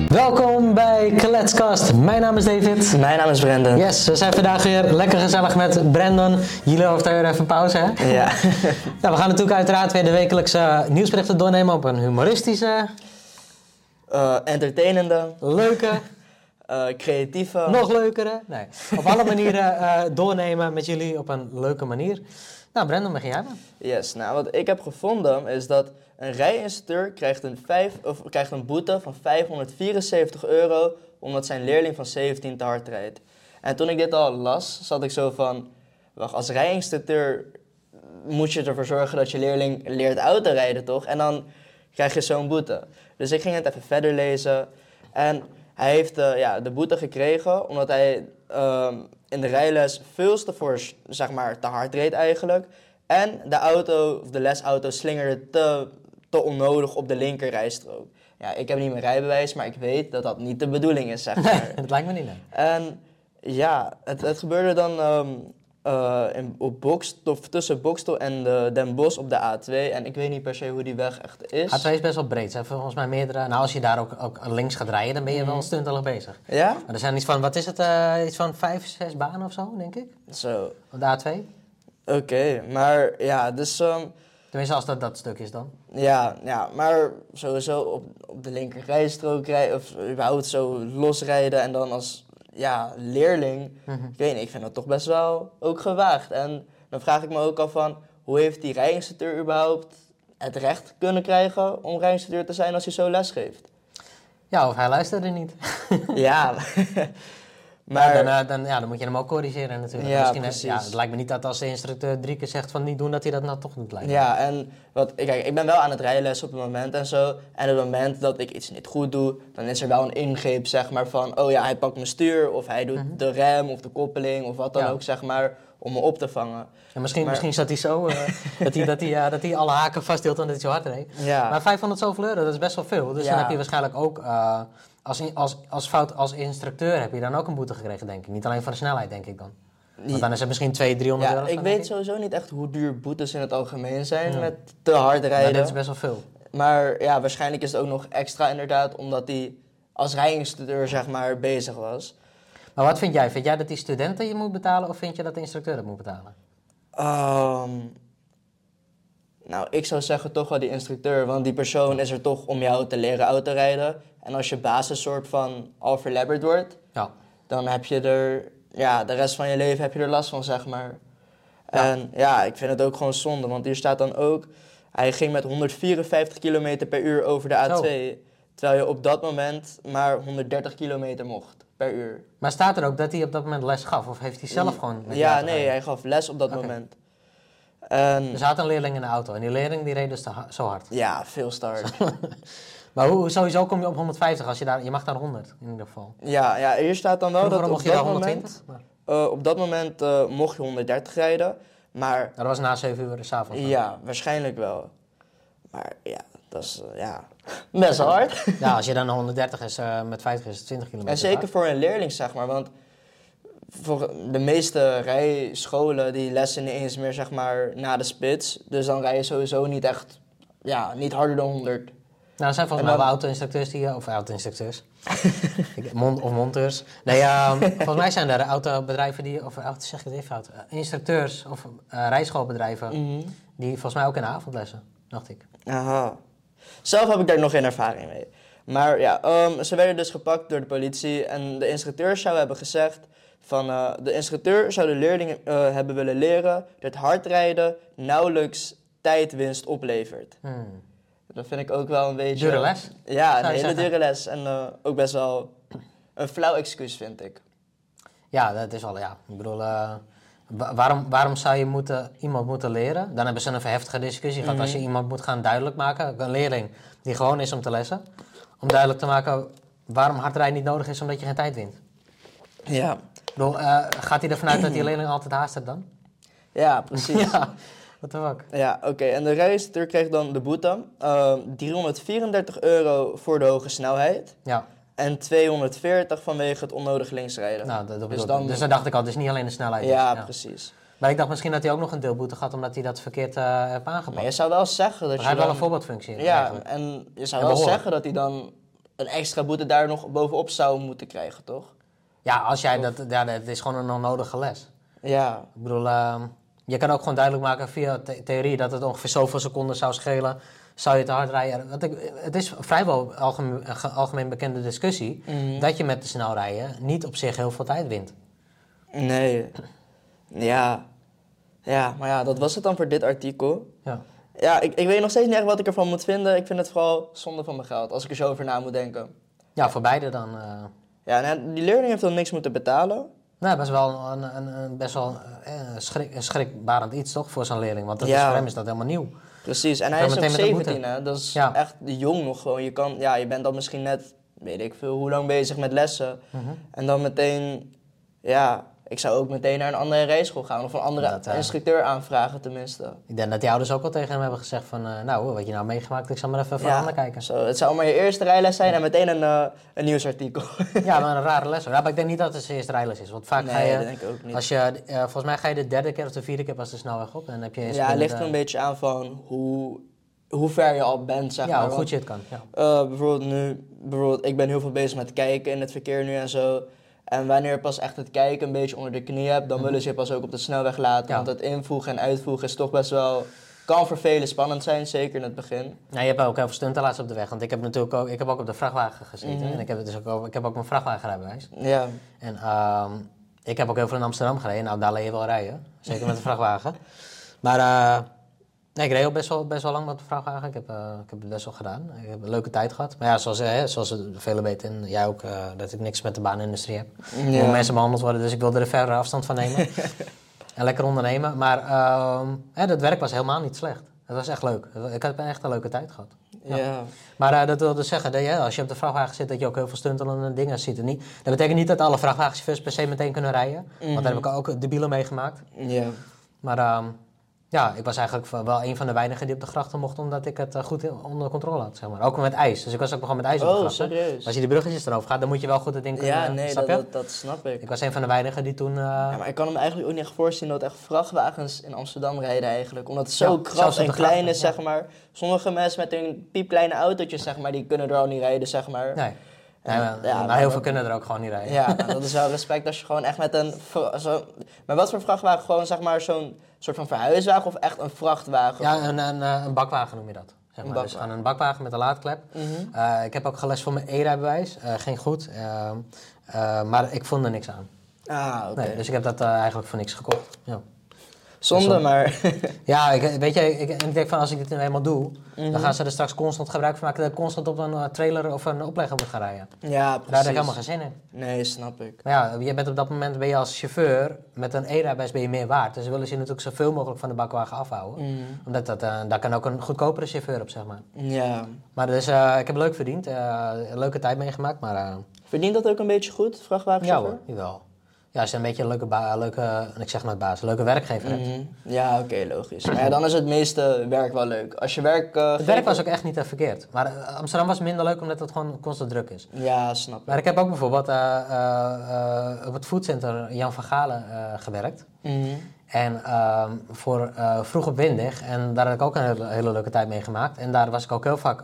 Welkom bij Kletskast. Mijn naam is David. Mijn naam is Brandon. Yes, we zijn vandaag weer lekker gezellig met Brandon. Jullie hoeven weer even pauze, hè? Ja. Ja, we gaan natuurlijk uiteraard weer de wekelijkse nieuwsberichten doornemen op een humoristische, Entertainende, leuke, creatieve. nog leukere. Nee, op alle manieren doornemen met jullie op een leuke manier. Nou, Brandon, begin jij maar. Yes, nou wat ik heb gevonden is dat een rijinstructeur krijgt een boete van €574 omdat zijn leerling van 17 te hard rijdt. En toen ik dit al las, zat ik zo van, wacht, als rijinstructeur moet je ervoor zorgen dat je leerling leert autorijden, toch? En dan krijg je zo'n boete. Dus ik ging het even verder lezen en hij heeft de boete gekregen omdat hij in de rijles veel te fors, zeg maar, te hard reed eigenlijk. En de lesauto slingerde te onnodig op de linkerrijstrook. Ja, ik heb niet mijn rijbewijs, maar ik weet dat dat niet de bedoeling is, zeg maar. Dat lijkt me niet, nee. En ja, het gebeurde dan tussen Bokstel en Den Bosch op de A2. En ik weet niet per se hoe die weg echt is. A2 is best wel breed. Er zijn volgens mij meerdere. Nou, als je daar ook links gaat rijden, dan ben je wel een stuntelig bezig. Ja? Maar er zijn iets van, wat is het? Iets van 5, 6 banen of zo, denk ik. Zo. Op de A2. Oké, maar ja, dus... Tenminste, als dat stuk is dan. Ja, maar sowieso op de linkerrijstrook rijden, of überhaupt zo losrijden en dan als leerling, ik weet niet, ik vind dat toch best wel ook gewaagd. En dan vraag ik me ook af van, hoe heeft die rijinstructeur überhaupt het recht kunnen krijgen om rijinstructeur te zijn als hij zo les geeft? Ja, of hij luisterde niet. Ja, maar dan moet je hem ook corrigeren natuurlijk. Ja, misschien, precies. het lijkt me niet dat als de instructeur 3 keer zegt van niet doen, dat hij dat nou toch niet lijkt. Ja, en kijk, ik ben wel aan het rijles op het moment en zo. En op het moment dat ik iets niet goed doe, dan is er wel een ingreep, zeg maar, van... Oh ja, hij pakt mijn stuur, of hij doet de rem of de koppeling, of wat dan ook, zeg maar, om me op te vangen. Ja, misschien zat hij zo, dat hij alle haken vasthield en dat hij zo hard reed. Ja. Maar 500 zoveel euro, dat is best wel veel. Dus dan heb je waarschijnlijk ook, als instructeur heb je dan ook een boete gekregen, denk ik. Niet alleen voor de snelheid, denk ik dan. Want dan is het misschien 200-300 euro. Ik weet sowieso niet echt hoe duur boetes in het algemeen zijn met te hard rijden. Dat is best wel veel. Maar ja, waarschijnlijk is het ook nog extra inderdaad, omdat hij als rijinstructeur, zeg maar, bezig was. Maar wat vind jij? Vind jij dat die studenten je moet betalen of vind je dat de instructeur dat moet betalen? Nou, ik zou zeggen toch wel die instructeur, want die persoon is er toch om jou te leren autorijden. En als je basis soort van al verlebberd wordt, dan heb je er, de rest van je leven heb je er last van, zeg maar. Ja. En ja, ik vind het ook gewoon zonde, want hier staat dan ook, hij ging met 154 km per uur over de A2. Terwijl je op dat moment maar 130 kilometer mocht per uur. Maar staat er ook dat hij op dat moment les gaf? Of heeft hij zelf gewoon... Hij gaf les op dat moment. En er zat een leerling in de auto en die leerling die reed dus zo hard. Ja, veel te hard. Maar sowieso kom je op 150 als je mag daar 100 in ieder geval. Ja, hier staat dan wel vroeger dat mocht je daar 120? Op dat moment mocht je 130 rijden, maar... Dat was na 7 uur 's avonds. Ja, waarschijnlijk wel. Maar ja, dat is best hard. Ja, als je dan 130 is, met 50 is het 20 kilometer. En zeker voor een leerling, zeg maar, want voor de meeste rijscholen die lessen niet eens meer, zeg maar, na de spits. Dus dan rij je sowieso niet echt, niet harder dan 100. Nou, er zijn volgens mij wel auto-instructeurs of auto-instructeurs. Of monteurs. Nee, volgens mij zijn er autobedrijven zeg ik het even fout, instructeurs of rijschoolbedrijven die volgens mij ook in de avondlessen, dacht ik. Aha. Zelf heb ik daar nog geen ervaring mee. Maar ja, ze werden dus gepakt door de politie en de instructeur zou hebben gezegd van de instructeur zou de leerling hebben willen leren dat hardrijden nauwelijks tijdwinst oplevert. Dat vind ik ook wel een beetje... Dure les? Ja, een hele dure les. En ook best wel een flauw excuus, vind ik. Ja, dat is wel, Ik bedoel, waarom zou je iemand moeten leren? Dan hebben ze een heftige discussie gehad. Als je iemand moet gaan duidelijk maken, een leerling die gewoon is om te lessen, om duidelijk te maken waarom hardrijden niet nodig is omdat je geen tijd wint. Ja. Ik bedoel, gaat hij ervan uit dat die leerling altijd haast heeft dan? Ja, precies. Ja. What the fuck? Ja, oké. En de rijinstructeur kreeg dan de boete. €334 voor de hoge snelheid. Ja. En 240 vanwege het onnodig linksrijden. Nou, dus dan dacht ik al, het is niet alleen de snelheid. Ja, precies. Maar ik dacht misschien dat hij ook nog een deelboete had omdat hij dat verkeerd heeft aangepakt. Maar je zou wel zeggen dat hij heeft wel een voorbeeldfunctie. Ja, eigenlijk. En je zou wel zeggen dat hij dan een extra boete daar nog bovenop zou moeten krijgen, toch? Ja, als jij dat is gewoon een onnodige les. Ja. Ik bedoel, je kan ook gewoon duidelijk maken via theorie dat het ongeveer zoveel seconden zou schelen. Zou je te hard rijden? Het is vrijwel algemeen bekende discussie dat je met te snel rijden niet op zich heel veel tijd wint. Nee. Ja. Ja, maar ja, dat was het dan voor dit artikel. Ja. Ja, ik weet nog steeds niet echt wat ik ervan moet vinden. Ik vind het vooral zonde van mijn geld, als ik er zo over na moet denken. Ja, voor beide dan. Ja, nou, die leerling heeft dan niks moeten betalen. Nou, best wel een schrikbarend iets toch voor zo'n leerling. Want voor hem is dat helemaal nieuw. Precies, en hij is ook 17, hè. Dat is echt jong nog gewoon. Je bent dan misschien net, weet ik veel, hoe lang bezig met lessen. En dan meteen, ik zou ook meteen naar een andere rijschool gaan. Of een andere instructeur aanvragen tenminste. Ik denk dat die ouders ook al tegen hem hebben gezegd van... nou, wat je nou meegemaakt, ik zal maar even van handen kijken. Zo, het zou maar je eerste rijles zijn en meteen een nieuwsartikel. Ja, maar een rare les. Ja, maar ik denk niet dat het zijn eerste rijles is. Want vaak ga je... dat denk ik ook niet. Als je, volgens mij ga je de 3e keer of de 4e keer pas de snelweg op. En heb je het ligt er een beetje aan van hoe ver je al bent, zeg maar. Ja, hoe goed je het kan. Ja. Bijvoorbeeld, ik ben heel veel bezig met kijken in het verkeer nu en zo... En wanneer je pas echt het kijken een beetje onder de knie hebt, dan willen ze je pas ook op de snelweg laten. Ja. Want het invoegen en uitvoegen is toch best wel... Kan voor velen spannend zijn, zeker in het begin. Ja, je hebt ook heel veel stunten laatst op de weg. Want ik heb natuurlijk ook op de vrachtwagen gezeten. En ik heb ook mijn vrachtwagenrijbewijs. Ja. En ik heb ook heel veel in Amsterdam gereden. Nou, daar leer je wel rijden. Zeker met de vrachtwagen. Maar... Nee, ik reed al best wel lang met de vrachtwagen. Ik heb het best wel gedaan. Ik heb een leuke tijd gehad. Maar ja, zoals velen weten, en jij ook, dat ik niks met de baanindustrie heb. Ja. Hoe mensen behandeld worden, dus ik wilde er verder afstand van nemen. En lekker ondernemen. Maar dat werk was helemaal niet slecht. Het was echt leuk. Ik heb echt een leuke tijd gehad. Ja. Maar dat wil dus zeggen, dat als je op de vrachtwagen zit, dat je ook heel veel stuntelende dingen ziet. Dat betekent niet dat alle vrachtwagenchauffeurs per se meteen kunnen rijden. Want daar heb ik ook debielen meegemaakt. Ja. Maar... ja, ik was eigenlijk wel een van de weinigen die op de grachten mocht, omdat ik het goed onder controle had, zeg maar. Ook met ijs. Dus ik was ook gewoon met ijs op de grachten. Serieus? Als je die bruggetjes erover gaat, dan moet je wel goed het ding kunnen... Ja, nee, dat snap ik. Ik was een van de weinigen die toen... Ja, maar ik kan me eigenlijk ook niet echt voorstellen dat echt vrachtwagens in Amsterdam rijden eigenlijk. Omdat het zo krap en klein is, zeg maar. Sommige mensen met hun piepkleine autootjes, zeg maar, die kunnen er al niet rijden, zeg maar. Nee. Maar heel veel kunnen er ook gewoon niet rijden. Ja, dat is wel respect als je gewoon echt met een... Maar wat voor vrachtwagen? Gewoon zeg maar zo'n soort van verhuiswagen of echt een vrachtwagen? Ja, een bakwagen noem je dat. Zeg maar. Dus gewoon een bakwagen met een laadklep. Ik heb ook gelest voor mijn E-rijbewijs. Ging goed. Maar ik vond er niks aan. Ah, oké. Nee, dus ik heb dat eigenlijk voor niks gekocht. Ja. Zonde, maar... Ja, ik denk van als ik dit nu eenmaal doe, dan gaan ze er straks constant gebruik van maken dat ik constant op een trailer of een oplegger moet gaan rijden. Ja, precies. Daar heb ik helemaal geen zin in. Nee, snap ik. Maar ja, je bent op dat moment als chauffeur, met een E-rijbewijs ben je meer waard. Dus willen ze je natuurlijk zoveel mogelijk van de bakwagen afhouden. Omdat daar kan ook een goedkopere chauffeur op, zeg maar. Ja. Maar dus ik heb leuk verdiend, een leuke tijd meegemaakt, maar... Verdient dat ook een beetje goed, vrachtwagenchauffeur? Ja hoor, jawel. Ja, als je een beetje een leuke werkgever hebt. Ja, oké, logisch. Maar ja, dan is het meeste werk wel leuk. Als je werk... het werk was ook echt niet verkeerd. Maar Amsterdam was minder leuk omdat het gewoon constant druk is. Ja, snap ik. Maar ik heb ook bijvoorbeeld op het foodcenter Jan van Galen gewerkt. En voor Vroeg op Windig. En daar heb ik ook een hele leuke tijd mee gemaakt. En daar was ik ook heel vaak...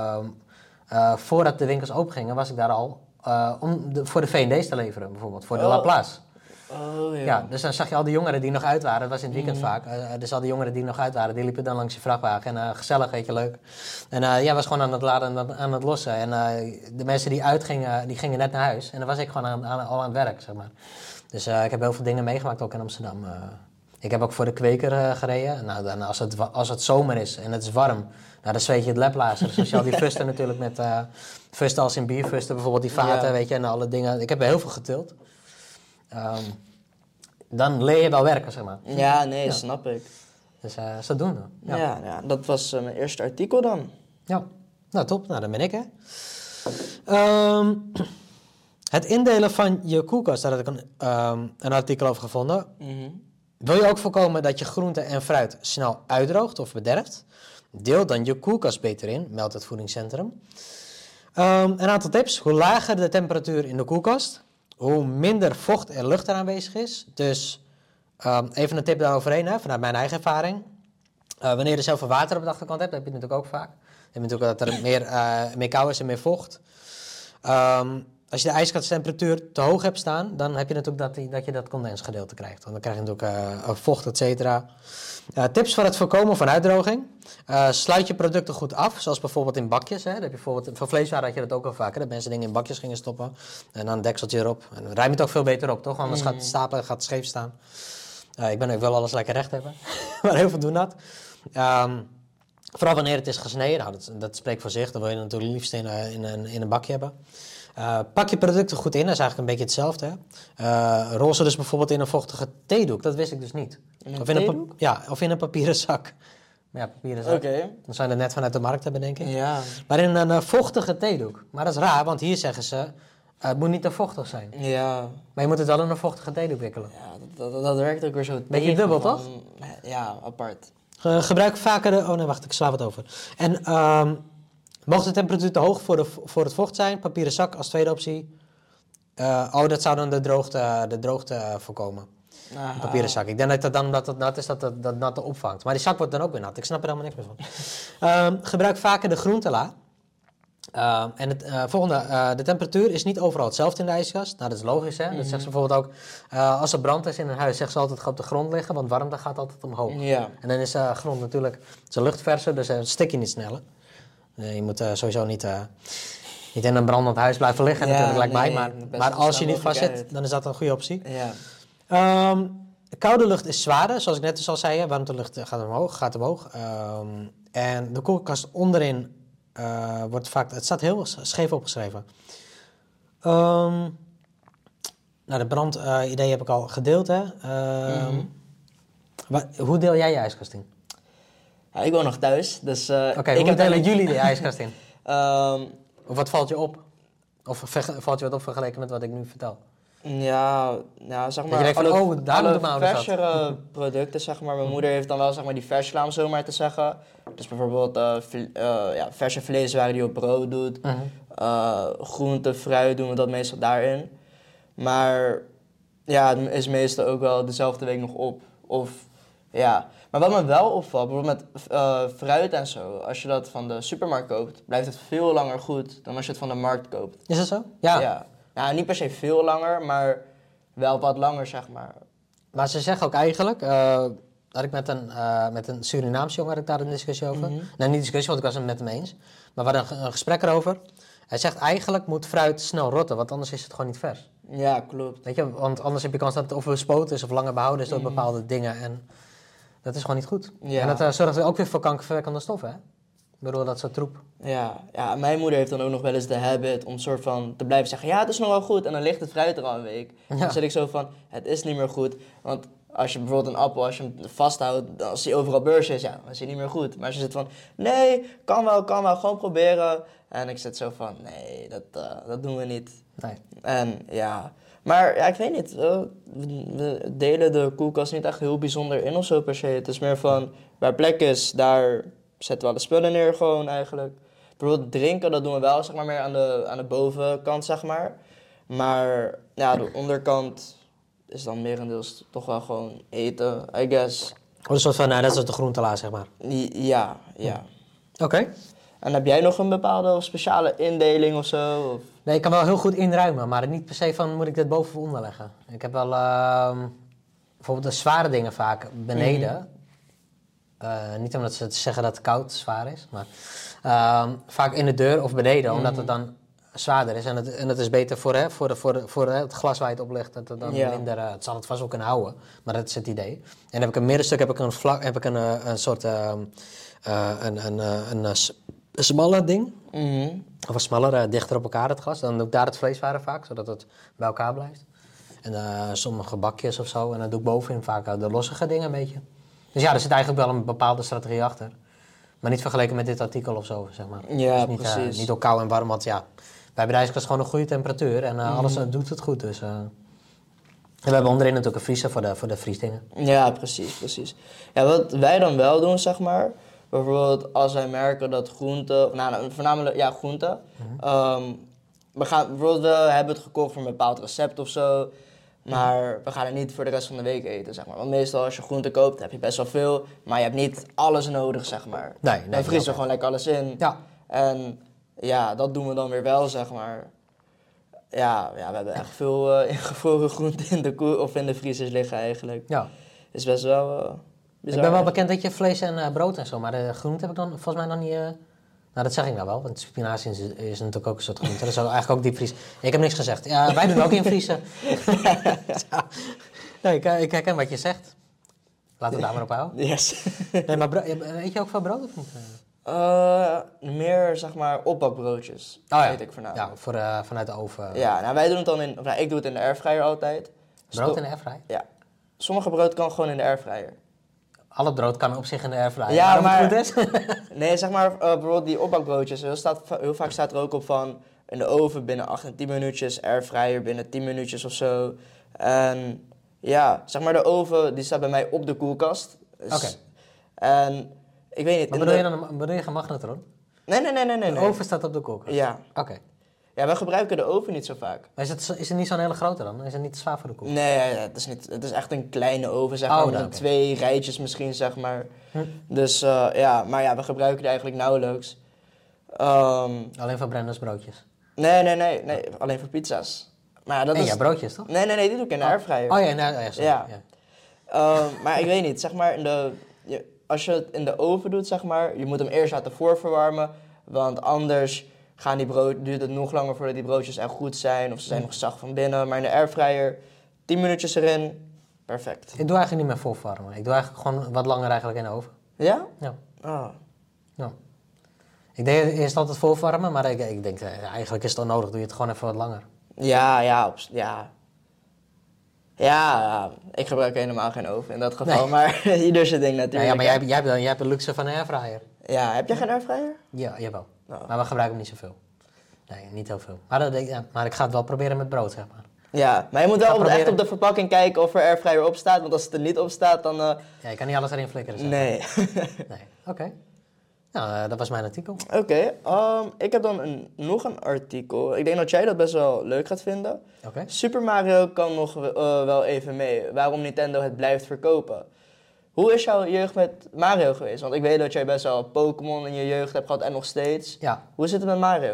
voordat de winkels open gingen, was ik daar al... voor de V&D's te leveren, bijvoorbeeld. Voor de Laplace. Oh, ja. Ja, dus dan zag je al die jongeren die nog uit waren. Dat was in het weekend vaak. Dus al die jongeren die nog uit waren, die liepen dan langs je vrachtwagen. En gezellig, weet je, leuk. En jij was gewoon aan het laden en aan het lossen. En de mensen die uitgingen, die gingen net naar huis. En dan was ik gewoon al aan het werk, zeg maar. Dus ik heb heel veel dingen meegemaakt ook in Amsterdam. Ik heb ook voor de Kweker gereden. Nou, dan als het zomer is en het is warm, nou, dan zweet je het leplazer. Dus als je al die fusten natuurlijk met fusten als in bierfusten, bijvoorbeeld die vaten, weet je, en alle dingen. Ik heb er heel veel getild. Dan leer je wel werken, zeg maar. Ja, nee, snap ik. Dus zodoende. Ja, dat was mijn eerste artikel dan. Ja, nou top. Nou, dan ben ik, hè. Het indelen van je koelkast, daar had ik een artikel over gevonden. Wil je ook voorkomen dat je groente en fruit snel uitdroogt of bederft? Deel dan je koelkast beter in, meldt het voedingscentrum. Een aantal tips. Hoe lager de temperatuur in de koelkast, hoe minder vocht en lucht er aanwezig is. Dus even een tip daaroverheen, vanuit mijn eigen ervaring. Wanneer je er zelf water op de achterkant hebt, heb je het natuurlijk ook vaak. Dan heb je natuurlijk dat er meer kou is en meer vocht. Als je de ijskasttemperatuur te hoog hebt staan, dan heb je natuurlijk dat je dat condensgedeelte krijgt. Want dan krijg je natuurlijk vocht, et cetera. Tips voor het voorkomen van uitdroging. Sluit je producten goed af, zoals bijvoorbeeld in bakjes. Hè. Dan heb je bijvoorbeeld, voor vleeswaren had je dat ook al vaker. Dat mensen dingen in bakjes gingen stoppen en dan een dekseltje erop. En dan ruim je het ook veel beter op, toch? Anders gaat het stapelen, gaat het scheef staan. Ik wil alles lekker recht hebben, maar heel veel doen dat. Vooral wanneer het is gesneden, nou, dat spreekt voor zich. Dan wil je het natuurlijk liefst in een bakje hebben. Pak je producten goed in, dat is eigenlijk een beetje hetzelfde. Hè? Rol ze dus bijvoorbeeld in een vochtige theedoek, dat wist ik dus niet. Of in een papieren zak. Ja, papieren zak. Oké. Dan zijn er net vanuit de markt hebben, denk ik. Ja. Maar in een vochtige theedoek. Maar dat is raar, want hier zeggen ze, het moet niet te vochtig zijn. Ja. Maar je moet het wel in een vochtige theedoek wikkelen. Ja, dat werkt ook weer zo. Beetje dubbel, toch? Ja, apart. Gebruik vaker ik sla wat over. En mocht de temperatuur te hoog voor het vocht zijn, papieren zak als tweede optie. Dat zou dan de droogte voorkomen. Een papieren zak. Ik denk dat het nat is, dat natte opvangt. Maar die zak wordt dan ook weer nat. Ik snap er helemaal niks meer van. Gebruik vaker de groentela. En het volgende, de temperatuur is niet overal hetzelfde in de ijskast. Nou, dat is logisch, hè? Dat zegt ze bijvoorbeeld ook. Als er brand is in een huis, zegt ze altijd, ga op de grond liggen, want warmte gaat altijd omhoog. Ja. En dan is de grond natuurlijk, het is luchtverser, dus stik je niet sneller. Je moet sowieso niet in een brandend huis blijven liggen, natuurlijk, lijkt mij. Maar als je niet vast zit, dan is dat een goede optie. Ja. Koude lucht is zwaarder, zoals ik net dus al zei. Warmtelucht gaat omhoog. En de koelkast onderin wordt vaak... Het staat heel scheef opgeschreven. De brandidee heb ik al gedeeld, hè. Hoe deel jij je ijskast in? Ja, ik woon nog thuis, dus... Hoe delen jullie de ijskast in? Of Of wat valt je op? Of valt je wat op vergeleken met wat ik nu vertel? Ja, zeg maar, denkt van, alle versere producten, zeg maar. Mijn moeder heeft dan wel, zeg maar, die versla, om zo maar te zeggen. Dus bijvoorbeeld verse vleeswaren die op brood doet. Groente, fruit doen we dat meestal daarin. Maar ja, het is meestal ook wel dezelfde week nog op. Of ja. Maar wat me wel opvalt, bijvoorbeeld met fruit en zo, als je dat van de supermarkt koopt, blijft het veel langer goed dan als je het van de markt koopt. Is dat zo? Ja. Ja, niet per se veel langer, maar wel wat langer, zeg maar. Maar ze zeggen ook eigenlijk, had ik met een Surinaamse jongen had ik daar een discussie over. Nee, niet discussie, want ik was het met hem eens. Maar we hadden een gesprek erover. Hij zegt eigenlijk moet fruit snel rotten, want anders is het gewoon niet vers. Ja, klopt. Weet je, want anders heb je kans dat het of bespoten is of langer behouden is door bepaalde dingen. En dat is gewoon niet goed. Ja. En dat zorgt ook weer voor kankerverwekkende stoffen, hè? Ik bedoel, dat soort troep. Ja, mijn moeder heeft dan ook nog wel eens de habit om soort van te blijven zeggen, ja, het is nog wel goed. En dan ligt het fruit er al een week. Ja. Dan zit ik zo van, het is niet meer goed. Want als je bijvoorbeeld een appel, als je hem vasthoudt, als die overal beurs is, ja, dan is hij niet meer goed. Maar als je zit van, nee, kan wel, gewoon proberen. En ik zit zo van, nee, dat doen we niet. Nee. En ja, maar ja, ik weet niet. We delen de koelkast niet echt heel bijzonder in of zo per se. Het is meer van, waar plek is, daar zetten we alle spullen neer gewoon eigenlijk. Bijvoorbeeld drinken, dat doen we wel zeg maar meer aan de bovenkant, zeg maar. Maar ja, de onderkant is dan merendeels toch wel gewoon eten, I guess. Een soort van, dat is de groentela, zeg maar. Ja. Oké. En heb jij nog een bepaalde of speciale indeling of zo? Of? Nee, ik kan wel heel goed inruimen, maar niet per se van moet ik dit boven of onder leggen. Ik heb wel bijvoorbeeld de zware dingen vaak beneden. Niet omdat ze zeggen dat het koud zwaar is, maar vaak in de deur of beneden, omdat het dan zwaarder is. En het is beter voor het glas waar je het op legt, dat het dan minder... het zal het vast wel kunnen houden, maar dat is het idee. En dan heb ik een middenstuk, heb ik een soort... een smaller ding. Of een smaller, dichter op elkaar het glas. Dan doe ik daar het vleeswaren vaak, zodat het bij elkaar blijft. En sommige bakjes of zo. En dan doe ik bovenin vaak de lossige dingen een beetje. Dus ja, er zit eigenlijk wel een bepaalde strategie achter. Maar niet vergeleken met dit artikel of zo, zeg maar. Ja, dus precies. niet ook koud en warm, want ja... Bij de ijskast gewoon een goede temperatuur. En alles doet het goed, dus... En we hebben onderin natuurlijk een vriezer voor de vriesdingen. Ja, precies. Ja, wat wij dan wel doen, zeg maar... Bijvoorbeeld als wij merken dat groenten... voornamelijk, groenten. We hebben het gekocht voor een bepaald recept of zo. Maar we gaan het niet voor de rest van de week eten, zeg maar. Want meestal als je groente koopt, heb je best wel veel. Maar je hebt niet alles nodig, zeg maar. Nee, Dan vriezen we gewoon lekker alles in. Ja. En ja, dat doen we dan weer wel, zeg maar. Ja, we hebben echt veel ingevroren groente in de of in de vriezers liggen eigenlijk. Ja. Is best wel bizar. Ik ben wel bekend dat je vlees en brood en zo, maar de groente heb ik dan volgens mij nog niet... Nou, dat zeg ik nou wel, want spinazie is natuurlijk ook een soort groente. Dat is eigenlijk ook diepvries. Ik heb niks gezegd. Ja, wij doen ook invriezen. Ja. Nee, ik herken wat je zegt. Laten we daar maar op houden. Yes. Nee, maar eet je ook veel brood of niet? Meer, zeg maar, opbakbroodjes. Weet ik voornamelijk. Ja, vanuit de oven. Ja, nou wij doen het dan ik doe het in de airfryer altijd. Brood in de airfryer? Ja. Sommige brood kan gewoon in de airfryer. Alle brood kan op zich in de airfryer. Ja, maar... Het goed is? Nee, zeg maar, bijvoorbeeld die opbakbroodjes. Heel vaak staat er ook op van... in de oven binnen 8 en 10 minuutjes. Airfryer binnen 10 minuutjes of zo. En ja, zeg maar de oven die staat bij mij op de koelkast. Dus, Oké. En ik weet niet... Maar bedoel je geen magnetron? Nee. De oven staat op de koelkast? Ja. Oké. Ja, wij gebruiken de oven niet zo vaak. Maar is het niet zo'n hele grote dan? Is het niet te zwaar voor de koelkast? Nee, het is echt een kleine oven, zeg maar. Met 2 rijtjes misschien, zeg maar. Dus ja, maar ja, we gebruiken die eigenlijk nauwelijks. Alleen voor Brenda's broodjes? Nee. Alleen voor pizza's. Maar ja, dat ja, broodjes toch? Nee, die doe ik in de airfryer. Oh ja, sorry. Ja. Maar ik weet niet, zeg maar, als je het in de oven doet, zeg maar, je moet hem eerst laten voorverwarmen, want anders duurt het nog langer voordat die broodjes echt goed zijn, of ze zijn nog zacht van binnen. Maar in de airfryer, 10 minuutjes erin, perfect. Ik doe eigenlijk niet meer voorverwarmen. Ik doe eigenlijk gewoon wat langer eigenlijk in de oven. Ja? Ja. Oh. Ja. Ik deed eerst altijd voorverwarmen, maar ik denk, eigenlijk is het onnodig. Doe je het gewoon even wat langer. Ja, ik gebruik helemaal geen oven in dat geval, maar ieder zijn ding natuurlijk. Ja, maar jij hebt de luxe van een airfryer. Ja, heb jij geen airfryer? Ja, jawel. Oh. Maar we gebruiken hem niet zoveel. Nee, niet heel veel. Maar ik ga het wel proberen met brood, zeg maar. Ja, maar je moet wel echt op de verpakking kijken of er airfryer op staat, want als het er niet op staat, dan... Ja, je kan niet alles erin flikkeren, zeg maar. Nee, oké. Nou, dat was mijn artikel. Oké, ik heb dan nog een artikel. Ik denk dat jij dat best wel leuk gaat vinden. Oké. Super Mario kan nog wel even mee. Waarom Nintendo het blijft verkopen. Hoe is jouw jeugd met Mario geweest? Want ik weet dat jij best wel Pokémon in je jeugd hebt gehad en nog steeds. Ja. Hoe zit het met Mario?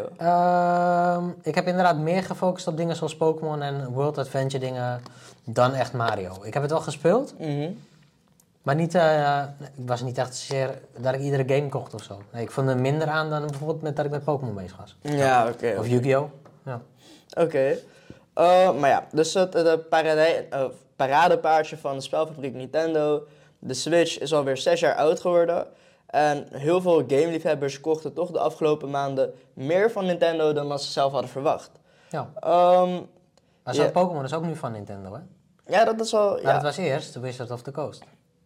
Ik heb inderdaad meer gefocust op dingen zoals Pokémon en World Adventure dingen dan echt Mario. Ik heb het wel gespeeld. Maar niet, ik was niet echt zozeer dat ik iedere game kocht of zo. Nee, ik vond er minder aan dan bijvoorbeeld dat ik met Pokémon bezig was. Ja, oké. Of Yu-Gi-Oh! Ja. Oké. Maar ja, dus het paradepaardje van de spelfabriek Nintendo. De Switch is alweer 6 jaar oud geworden. En heel veel gameliefhebbers kochten toch de afgelopen maanden meer van Nintendo dan wat ze zelf hadden verwacht. Ja. Maar Pokémon is ook nu van Nintendo, hè? Ja, dat is wel... Maar dat was eerst The Wizard of the Coast.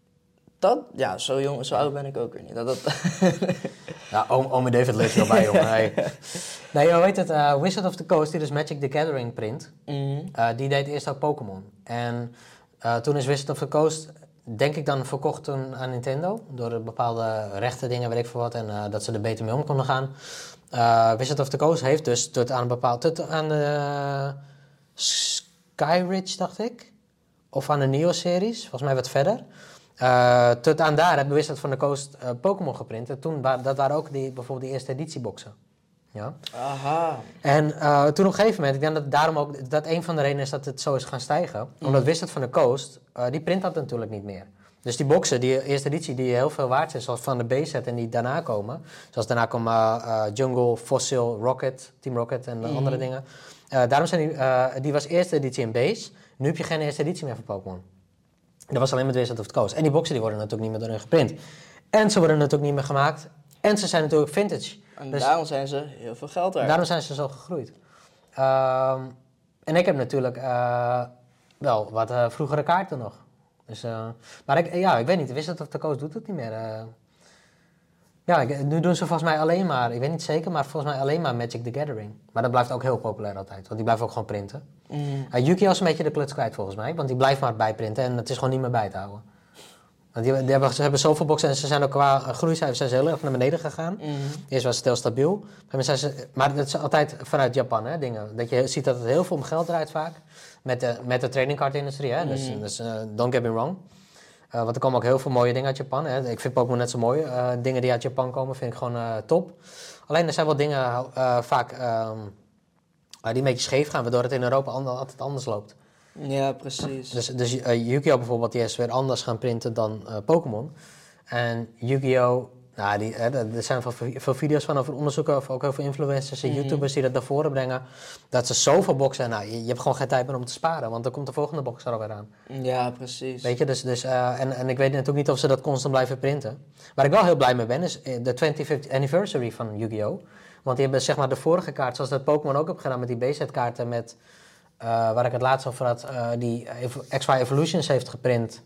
Ja, zo oud ben ik ook weer niet. Ja, ome David leeft er al bij, jongen. Nee, hoe heet het? Wizard of the Coast, die dus Magic the Gathering print, die deed eerst ook Pokémon. En toen is Wizard of the Coast, denk ik dan, verkocht toen aan Nintendo. Door bepaalde rechten dingen, weet ik veel wat. En dat ze er beter mee om konden gaan. Wizard of the Coast heeft dus tot aan de Skyridge, dacht ik. Of aan de Neo-series, volgens mij wat verder. Tot aan daar hebben Wizard of the Coast Pokémon geprint. En toen dat waren ook bijvoorbeeld die eerste editieboxen. Ja. Aha. En toen op een gegeven moment, ik denk dat daarom ook dat een van de redenen is dat het zo is gaan stijgen. Omdat Wizard of the Coast, die print dat natuurlijk niet meer. Dus die boxen, die eerste editie, die heel veel waard zijn, zoals van de B-set en die daarna komen. Zoals daarna komen Jungle, Fossil, Rocket, Team Rocket en andere dingen. Daarom zijn die was eerste editie in base. Nu heb je geen eerste editie meer voor Pokémon. Dat was alleen met Wizard of the Coast. En die boxen die worden natuurlijk niet meer door hun geprint. En ze worden natuurlijk niet meer gemaakt. En ze zijn natuurlijk vintage. En dus daarom zijn ze heel veel geld waard. Daarom zijn ze zo gegroeid. En ik heb natuurlijk wel wat vroegere kaarten nog. Dus, maar ik weet niet, Wizard of the Coast doet het niet meer. Nu doen ze volgens mij alleen maar, ik weet niet zeker, maar volgens mij alleen maar Magic the Gathering. Maar dat blijft ook heel populair altijd, want die blijven ook gewoon printen. Yu-Gi-Oh! Is een beetje de kluts kwijt volgens mij, want die blijft maar bijprinten en het is gewoon niet meer bij te houden. Want ze hebben zoveel boxen en ze zijn ook qua groeicijfers zijn ze heel erg naar beneden gegaan. Eerst was het heel stabiel. Maar dat is altijd vanuit Japan, hè, dingen. Dat je ziet dat het heel veel om geld draait vaak. met de trading card industrie. Hè? Dus don't get me wrong. Want er komen ook heel veel mooie dingen uit Japan. Hè? Ik vind Pokémon net zo mooi. Dingen die uit Japan komen vind ik gewoon top. Alleen er zijn wel dingen vaak die een beetje scheef gaan, waardoor het in Europa altijd anders loopt. Ja, precies. Dus Yu-Gi-Oh! Bijvoorbeeld, die is weer anders gaan printen dan Pokémon. En Yu-Gi-Oh! Nou, er zijn veel video's van over onderzoeken, of ook heel veel influencers en YouTubers die dat naar voren brengen. Dat ze zoveel boxen, nou, je hebt gewoon geen tijd meer om te sparen, want dan komt de volgende box er alweer aan. Ja, precies. Weet je, en ik weet natuurlijk niet of ze dat constant blijven printen. Waar ik wel heel blij mee ben, is de 25th anniversary van Yu-Gi-Oh! Want die hebben zeg maar de vorige kaart, zoals dat Pokémon ook heb gedaan met die BZ-kaarten met, waar ik het laatst over had, die XY Evolutions heeft geprint.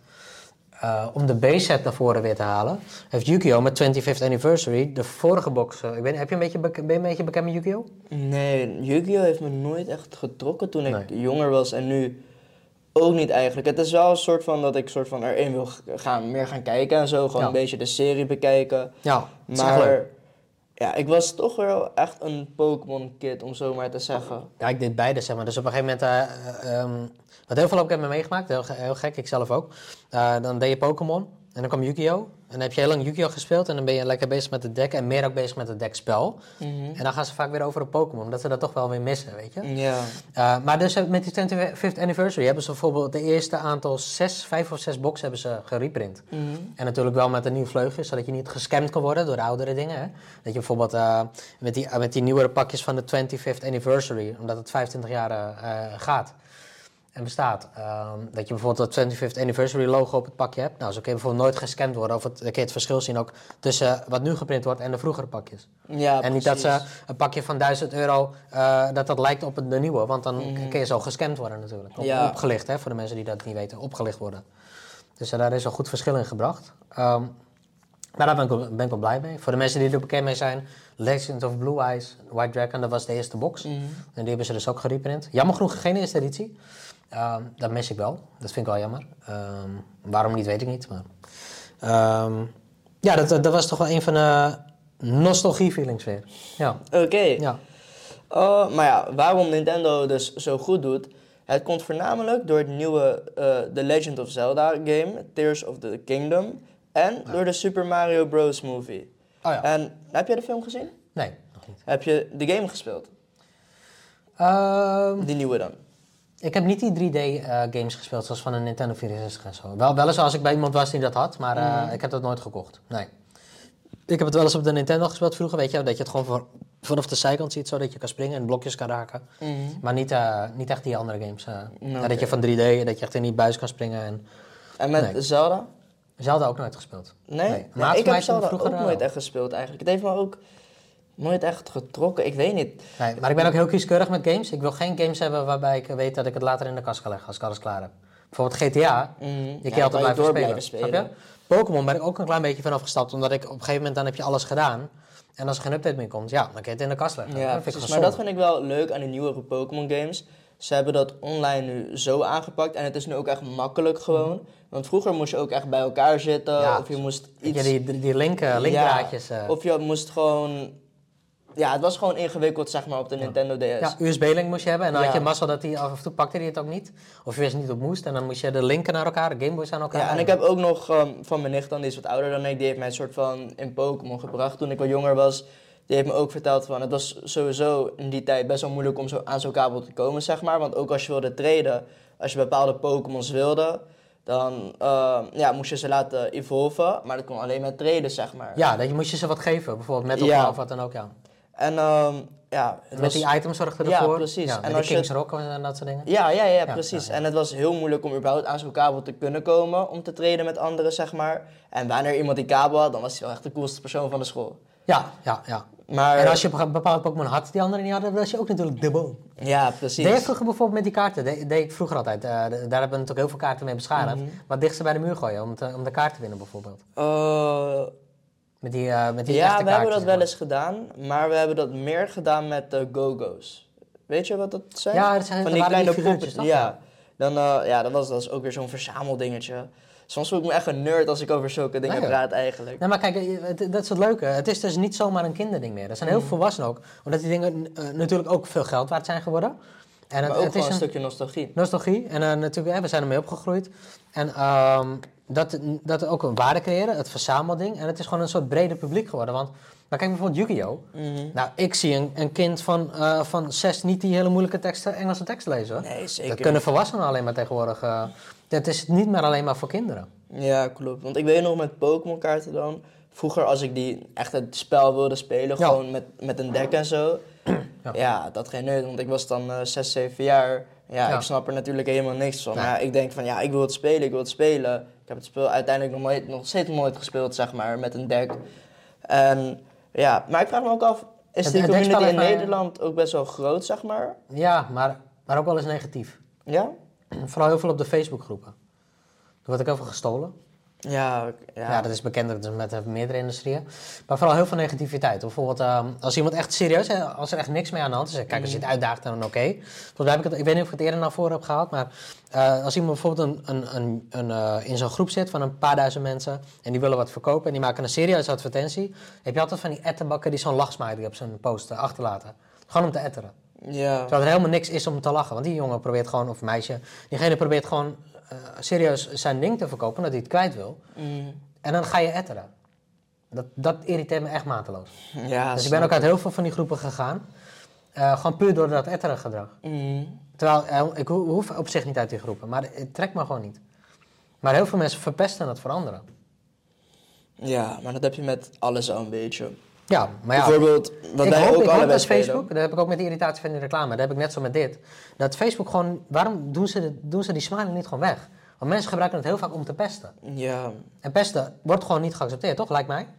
Om de B-set naar voren weer te halen, heeft Yu-Gi-Oh! Met 25th Anniversary de vorige box... ben je een beetje bekend met Yu-Gi-Oh? Nee, Yu-Gi-Oh! Heeft me nooit echt getrokken toen ik jonger was en nu ook niet eigenlijk. Het is wel een soort van dat ik erin wil meer gaan kijken en zo. Gewoon een beetje de serie bekijken. Ja, maar ja, ik was toch wel echt een Pokémon-kid, om zo maar te zeggen. Ja, ik deed beide, zeg maar. Dus op een gegeven moment... wat heel veel ook heb me meegemaakt, heel gek, ik zelf ook. Dan deed je Pokémon en dan kwam Yu-Gi-Oh! En dan heb je heel lang Yu-Gi-Oh! Gespeeld en dan ben je lekker bezig met het deck en meer ook bezig met het deckspel. En dan gaan ze vaak weer over op Pokémon, omdat ze dat toch wel weer missen, weet je. Ja. Maar dus met die 25th Anniversary hebben ze bijvoorbeeld de eerste aantal 5 of 6 boxen hebben ze gereprint. En natuurlijk wel met een nieuw vleugje, zodat je niet gescamd kan worden door de oudere dingen. Hè? Dat je bijvoorbeeld met die nieuwere pakjes van de 25th Anniversary, omdat het 25 jaar gaat en bestaat. Dat je bijvoorbeeld het 25th Anniversary logo op het pakje hebt. Nou, zo kun je bijvoorbeeld nooit gescamd worden. Of dan kun je het verschil zien ook tussen wat nu geprint wordt en de vroegere pakjes. Ja, en niet dat ze een pakje van €1000, dat lijkt op de nieuwe. Want dan kun je zo gescamd worden natuurlijk. Opgelicht, hè, voor de mensen die dat niet weten. Opgelicht worden. Dus daar is een goed verschil in gebracht. Maar daar ben ik wel blij mee. Voor de mensen die er bekend mee zijn, Legend of Blue Eyes, White Dragon, dat was de eerste box. En die hebben ze dus ook gereprint. Jammer genoeg geen eerste editie. Dat mis ik wel. Dat vind ik wel jammer. Waarom niet, weet ik niet. Maar, ja, dat was toch wel een van de nostalgie-feelings weer. Ja. Oké. Ja. Maar ja, waarom Nintendo dus zo goed doet... Het komt voornamelijk door het nieuwe The Legend of Zelda game, Tears of the Kingdom... En door de Super Mario Bros. Movie. Oh ja. En heb jij de film gezien? Nee, nog niet. Heb je de game gespeeld? Die nieuwe dan? Ik heb niet die 3D-games gespeeld, zoals van een Nintendo 64 en zo. Wel eens als ik bij iemand was die dat had, maar ik heb dat nooit gekocht. Nee. Ik heb het wel eens op de Nintendo gespeeld vroeger, weet je, dat je het gewoon vanaf de zijkant ziet, zodat je kan springen en blokjes kan raken. Maar niet echt die andere games. Dat je van 3D, dat je echt in die buis kan springen. En met Zelda? Zelda ook nooit gespeeld. Nee? Ik heb Zelda ook nooit echt gespeeld eigenlijk. Het heeft me ook nooit echt getrokken, ik weet niet. Nee, maar ik ben ook heel kieskeurig met games. Ik wil geen games hebben waarbij ik weet dat ik het later in de kast ga leggen als ik alles klaar heb. Bijvoorbeeld GTA, die kun je altijd blijven spelen. Snap je? Pokémon ben ik ook een klein beetje vanaf gestapt, omdat ik op een gegeven moment dan heb je alles gedaan. En als er geen update meer komt, ja, dan kun je het in de kast leggen. Ja, maar dat vind ik wel leuk aan die nieuwere Pokémon games. Ze hebben dat online nu zo aangepakt en het is nu ook echt makkelijk gewoon. Want vroeger moest je ook echt bij elkaar zitten of je moest iets... Ja, die linkdraadjes. Of je moest gewoon... Ja, het was gewoon ingewikkeld, zeg maar, op de Nintendo DS. Ja, USB-link moest je hebben en dan had je mazzel dat hij af en toe pakte hij het ook niet. Of je wist niet op moest en dan moest je de linken naar elkaar, de Gameboys aan elkaar. Ja, en ik heb ook nog van mijn nicht dan, die is wat ouder dan ik, die heeft mij een soort van in Pokémon gebracht toen ik wat jonger was. Die heeft me ook verteld van, het was sowieso in die tijd best wel moeilijk om zo aan zo'n kabel te komen, zeg maar. Want ook als je wilde traden, als je bepaalde Pokémons wilde, dan moest je ze laten evolven. Maar dat kon alleen met traden, zeg maar. Ja, dat moest je ze wat geven, bijvoorbeeld Metal of wat dan ook, ja. En met die items zorgde ervoor. Ja, precies. Ja, en met die King's Rock en dat soort dingen. Ja, precies. Ja. En het was heel moeilijk om überhaupt aan zo'n kabel te kunnen komen om te traden met anderen, zeg maar. En wanneer iemand die kabel had, dan was hij wel echt de coolste persoon van de school. Ja. Maar, en als je een bepaalde Pokémon had die anderen niet hadden, dan was je ook natuurlijk de boom. Ja, precies. Deed je vroeger bijvoorbeeld met die kaarten, deed ik vroeger altijd, daar hebben we natuurlijk heel veel kaarten mee beschadigd, wat dichtst bij de muur gooien om de kaart te winnen bijvoorbeeld. Met die echte kaarten, we hebben dat wel eens gedaan, maar we hebben dat meer gedaan met de Go-Go's. Weet je wat dat zijn? Ja, dat zijn van die kleine poppetjes, toch? Ja. Dat was ook weer zo'n verzameldingetje. Soms voel ik me echt een nerd als ik over zulke dingen praat eigenlijk. Nee, maar kijk, dat is het leuke. Het is dus niet zomaar een kinderding meer. Er zijn heel veel volwassenen ook. Omdat die dingen natuurlijk ook veel geld waard zijn geworden. En Maar ook het gewoon is een stukje nostalgie. nostalgie. En natuurlijk, we zijn ermee opgegroeid. En dat ook een waarde creëren, het verzamelding. En het is gewoon een soort breder publiek geworden. Want, maar kijk bijvoorbeeld Yu-Gi-Oh! Nou, ik zie een kind van 6 niet die hele moeilijke Engelse tekst lezen. Hoor. Nee, zeker Dat kunnen volwassenen alleen maar tegenwoordig. Het is niet meer alleen maar voor kinderen. Ja, klopt. Want ik weet nog met Pokémon kaarten dan. Vroeger als ik die echt het spel wilde spelen, Ja. gewoon met een deck en zo. Ja, dat geen neut, want ik was dan 6, 7 jaar. Ja, Ja. ik snap er natuurlijk helemaal niks van. Nee. Maar ik denk van, ja, ik wil het spelen. Ik heb het spel uiteindelijk nog steeds nooit gespeeld, zeg maar, met een deck. En ja, maar ik vraag me ook af, is die Het community deckspel in heeft mij- Nederland ook best wel groot, zeg maar? Ja, maar ook wel eens negatief. Ja? Vooral heel veel op de Facebookgroepen. Er wordt ook heel veel gestolen. Ja. Ja, dat is bekend dat het met meerdere industrieën. Maar vooral heel veel negativiteit. Bijvoorbeeld, als iemand echt serieus, als er echt niks mee aan de hand is. Kijk, als je het uitdaagt, dan oké. Volgens mij heb ik weet niet of ik het eerder naar voren heb gehaald. Maar als iemand bijvoorbeeld in zo'n groep zit van een paar duizend mensen. En die willen wat verkopen en die maken een serieuze advertentie. Heb je altijd van die ettenbakken die zo'n lachsmiley op zijn post achterlaten. Gewoon om te etteren. Ja. Terwijl er helemaal niks is om te lachen. Want die jongen probeert gewoon, of meisje, diegene probeert gewoon serieus zijn ding te verkopen, dat hij het kwijt wil. En dan ga je etteren. Dat irriteert me echt mateloos. Ja, Dus ik ben ook uit heel veel van die groepen gegaan. Gewoon puur door dat etteren gedrag. Terwijl, ik hoef op zich niet uit die groepen, maar het trekt me gewoon niet. Maar heel veel mensen verpesten het voor anderen. Ja, maar dat heb je met alles al een beetje. Ja, maar ja. Bijvoorbeeld, wat ik wij hoop ook dat allebei Facebook, spelen. dat heb ik ook met de irritatie van die reclame, dat heb ik net zo met dit. Dat Facebook gewoon, waarom doen ze die smiley niet gewoon weg? Want mensen gebruiken het heel vaak om te pesten. Ja, En pesten wordt gewoon niet geaccepteerd, toch? Lijkt mij.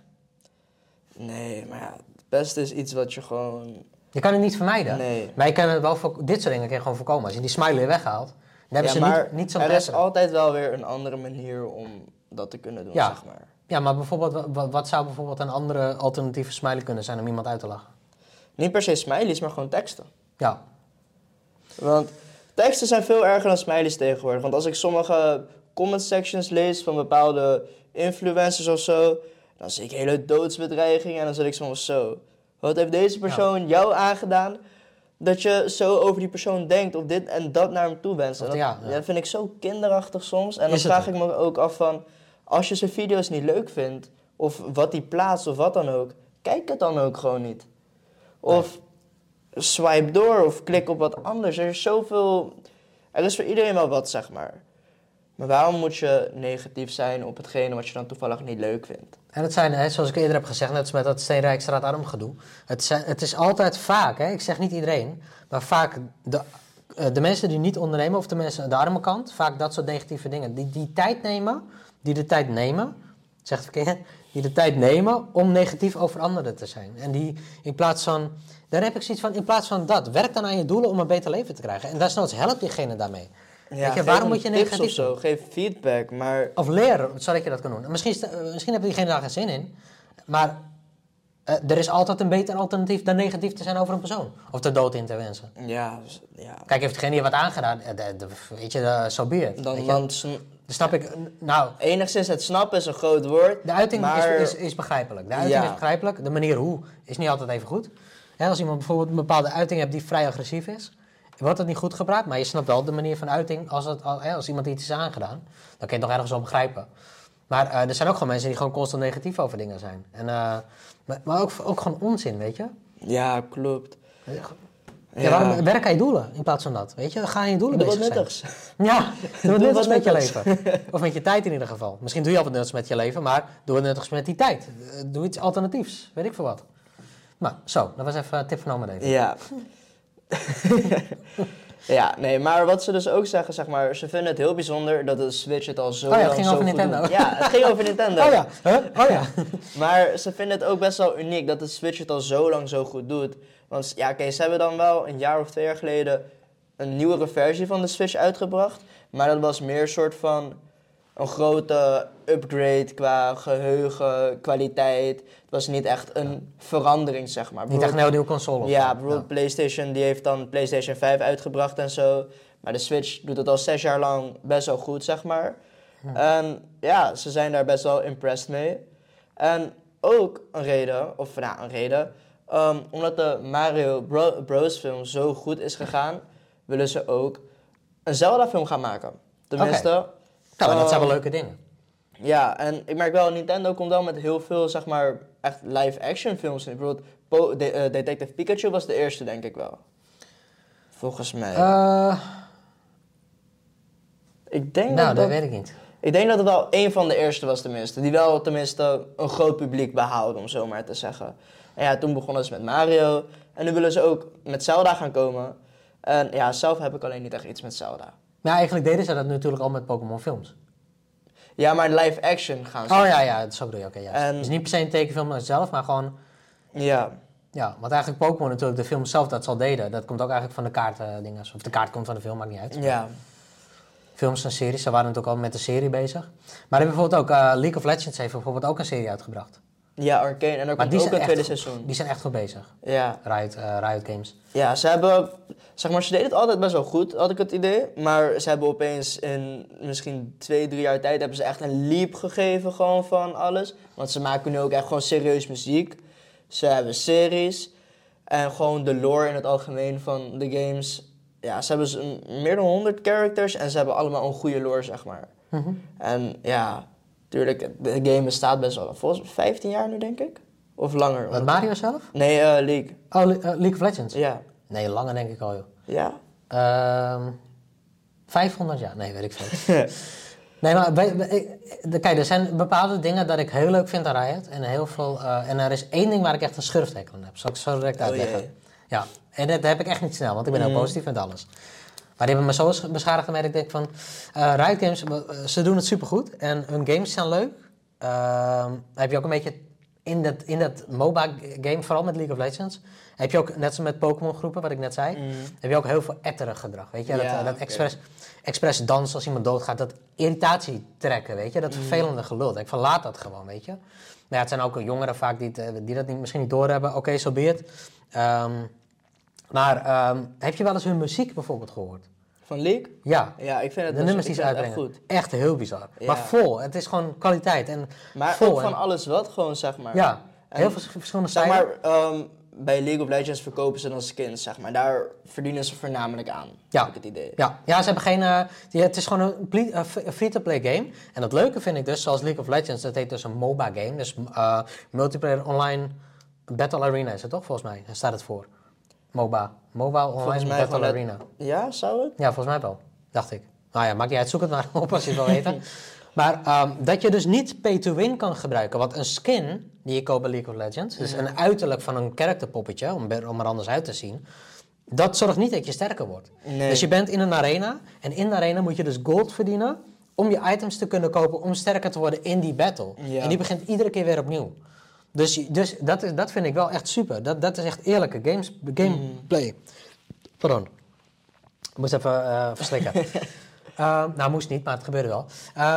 nee, maar ja, het beste is iets wat je gewoon... Je kan het niet vermijden. Nee. Maar je kan het wel dit soort dingen kun je gewoon voorkomen. Als je die smiley weghaalt, dan hebben Ja, ze maar niet zo'n er is pesten. altijd wel weer een andere manier om dat te kunnen doen, Ja. zeg maar. Ja, maar bijvoorbeeld, wat zou bijvoorbeeld een andere alternatieve smiley kunnen zijn om iemand uit te lachen? Niet per se smileys, maar gewoon teksten. Ja. Want teksten zijn veel erger dan smileys tegenwoordig. Want als ik sommige comment sections lees van bepaalde influencers of zo, dan zie ik hele doodsbedreigingen en dan zit ik zo van zo. Wat heeft deze persoon jou aangedaan dat je zo over die persoon denkt of dit en dat naar hem toe wenst? En dat, Ja. dat vind ik zo kinderachtig soms. En dan Is het vraag ook. ik me ook af van, als je zijn video's niet leuk vindt, of wat hij plaatst of wat dan ook, kijk het dan ook gewoon niet. Of swipe door of klik op wat anders. Er is zoveel... Er is voor iedereen wel wat, zeg maar. Maar waarom moet je negatief zijn op hetgene wat je dan toevallig niet leuk vindt? En het zijn, hè, zoals ik eerder heb gezegd, net als met dat Steenrijkstraat-arm gedoe. Het is altijd vaak, hè, ik zeg niet iedereen, maar vaak de mensen die niet ondernemen of de mensen aan de arme kant, vaak dat soort negatieve dingen. Die de tijd nemen, zeg het verkeerd, die de tijd nemen om negatief over anderen te zijn. En die in plaats van, daar heb ik zoiets van, in plaats van dat, werk dan aan je doelen om een beter leven te krijgen. En desnoods helpt diegene daarmee. Ja, Weet je, geef waarom hem moet je tips negatief of zo, doen? geef feedback, maar... Of leren, zodat je dat kan doen. Misschien heb diegene daar geen zin in, maar er is altijd een beter alternatief dan negatief te zijn over een persoon. Of de dood in te wensen. Ja. Kijk, heeft degene je wat aangedaan, weet je, so be it. Weet je? Dan snap ik, nou, enigszins het snappen is een groot woord. de uiting maar... is begrijpelijk. De uiting is begrijpelijk, de manier hoe is niet altijd even goed. Hè, als iemand bijvoorbeeld een bepaalde uiting hebt die vrij agressief is, wordt het niet goed gebruikt, maar je snapt wel de manier van uiting als iemand iets is aangedaan. Dan kun je het nog ergens wel begrijpen. Maar er zijn ook gewoon mensen die gewoon constant negatief over dingen zijn. En, maar ook gewoon onzin, weet je. Ja, klopt. Ja, waarom werk aan je doelen in plaats van dat? Weet je, ga aan je doelen Doe wat bezig zijn. nuttigs. Ja, doe wat nuttigs met je nuttigs. leven. Of met je tijd in ieder geval. Misschien doe je al wat nuttigs met je leven, maar doe wat nuttigs met die tijd. Doe iets alternatiefs, weet ik veel wat. Maar zo, dat was even een tip van oma David. Ja. Ja, nee, maar wat ze dus ook zeggen, zeg maar, ze vinden het heel bijzonder dat de Switch het al zo Oh ja, het lang ging zo over goed Nintendo. doet. Ja, het ging over Nintendo. Oh ja, huh? Oh ja. Maar ze vinden het ook best wel uniek dat de Switch het al zo lang zo goed doet. Want ja, oké, ze hebben dan wel een jaar of 2 jaar geleden een nieuwere versie van de Switch uitgebracht. Maar dat was meer een soort van een grote upgrade qua geheugen, kwaliteit. Het was niet echt een verandering, zeg maar. Niet echt een heel nieuwe console. of Ja, zo. bijvoorbeeld PlayStation, die heeft dan PlayStation 5 uitgebracht en zo. Maar de Switch doet het al 6 jaar lang best wel goed, zeg maar. En ja, ze zijn daar best wel impressed mee. En ook een reden, omdat de Mario Bros film zo goed is gegaan, willen ze ook een Zelda-film gaan maken. Tenminste... Ja, maar dat zijn wel leuke dingen. Ja, en ik merk wel, Nintendo komt wel met heel veel, zeg maar, echt live-action films. Bijvoorbeeld Detective Pikachu was de eerste, denk ik wel. Volgens mij. Ik denk dat weet ik niet. Ik denk dat het wel één van de eerste was tenminste. Die wel tenminste een groot publiek behaalde, om zo maar te zeggen. En ja, toen begonnen ze met Mario. En nu willen ze ook met Zelda gaan komen. En ja, zelf heb ik alleen niet echt iets met Zelda. Nou, eigenlijk deden ze dat natuurlijk al met Pokémon films. Ja, maar live action gaan ze. Oh ja, zo bedoel je, oké. En... Dus niet per se een tekenfilm zelf, maar gewoon... Ja. Ja, want eigenlijk Pokémon natuurlijk, de film zelf dat ze al deden, dat komt ook eigenlijk van de kaartdingen. Of de kaart komt van de film, maakt niet uit. Ja. Films en series, ze waren natuurlijk al met de serie bezig. Maar hebben bijvoorbeeld ook, League of Legends heeft bijvoorbeeld ook een serie uitgebracht. Ja, Arcane. En er komt ook een tweede seizoen. Die zijn echt goed bezig. Ja. Riot Games. Ja, ze hebben... Zeg maar, ze deden het altijd best wel goed, had ik het idee. Maar ze hebben opeens in misschien 2-3 jaar tijd... hebben ze echt een leap gegeven gewoon van alles. Want ze maken nu ook echt gewoon serieus muziek. Ze hebben series. En gewoon de lore in het algemeen van de games. Ja, ze hebben meer dan 100 characters. En ze hebben allemaal een goede lore, zeg maar. Mm-hmm. En ja... Tuurlijk, de game bestaat best wel. Volgens 15 jaar nu, denk ik. Of langer. Wat, Mario zelf? Nee, League. Oh, League of Legends? Ja. Nee, langer denk ik al, joh. Ja? 500 jaar? Nee, weet ik veel. Nee, maar kijk, er zijn bepaalde dingen dat ik heel leuk vind aan Riot. En, en er is één ding waar ik echt een schurftekel aan heb. Zal ik zo direct uitleggen? Jee. Ja, en dat heb ik echt niet snel, want ik ben heel positief met alles. Maar die hebben me zo beschadigd en ik denk van... Riot Games, ze doen het supergoed. En hun games zijn leuk. Heb je ook een beetje... In dat MOBA-game, vooral met League of Legends... heb je ook, net zoals met Pokémon-groepen, wat ik net zei... heb je ook heel veel etterig gedrag, weet je? Ja, dat expres dansen als iemand doodgaat. Dat irritatie trekken, weet je? Dat vervelende gelul. Ik verlaat dat gewoon, weet je? Maar ja, het zijn ook jongeren vaak die dat misschien niet doorhebben. Oké, so be it. Maar heb je wel eens hun muziek bijvoorbeeld gehoord? Van League? Ja. Ja, ik vind het de nummers die ze uitbrengen. echt goed. Echt heel bizar. Ja. Maar vol. Het is gewoon kwaliteit. En maar vol, ook van alles wat gewoon, zeg maar. Ja, en, heel veel verschillende zeg stijlen. maar, bij League of Legends verkopen ze dan skins, zeg maar. Daar verdienen ze voornamelijk aan, heb ik het idee. Ja, ze hebben geen... het is gewoon een free-to-play game. En het leuke vind ik dus, zoals League of Legends, dat heet dus een MOBA-game. Dus Multiplayer Online Battle Arena is het toch, volgens mij? Daar staat het voor. MOBA Online Battle Arena. Ja, zou het? Ja, volgens mij wel. Dacht ik. Nou ja, maakt niet uit. Zoek het maar op als je het wil weten. Maar dat je dus niet pay-to-win kan gebruiken. Want een skin die je koopt bij League of Legends... dus een uiterlijk van een characterpoppetje, om er anders uit te zien... dat zorgt niet dat je sterker wordt. Nee. Dus je bent in een arena... en in de arena moet je dus gold verdienen... om je items te kunnen kopen om sterker te worden in die battle. Ja. En die begint iedere keer weer opnieuw. Dus dat vind ik wel echt super. Dat is echt eerlijke gameplay. Pardon. Ik moest even verslikken. Nou, moest niet, maar het gebeurde wel.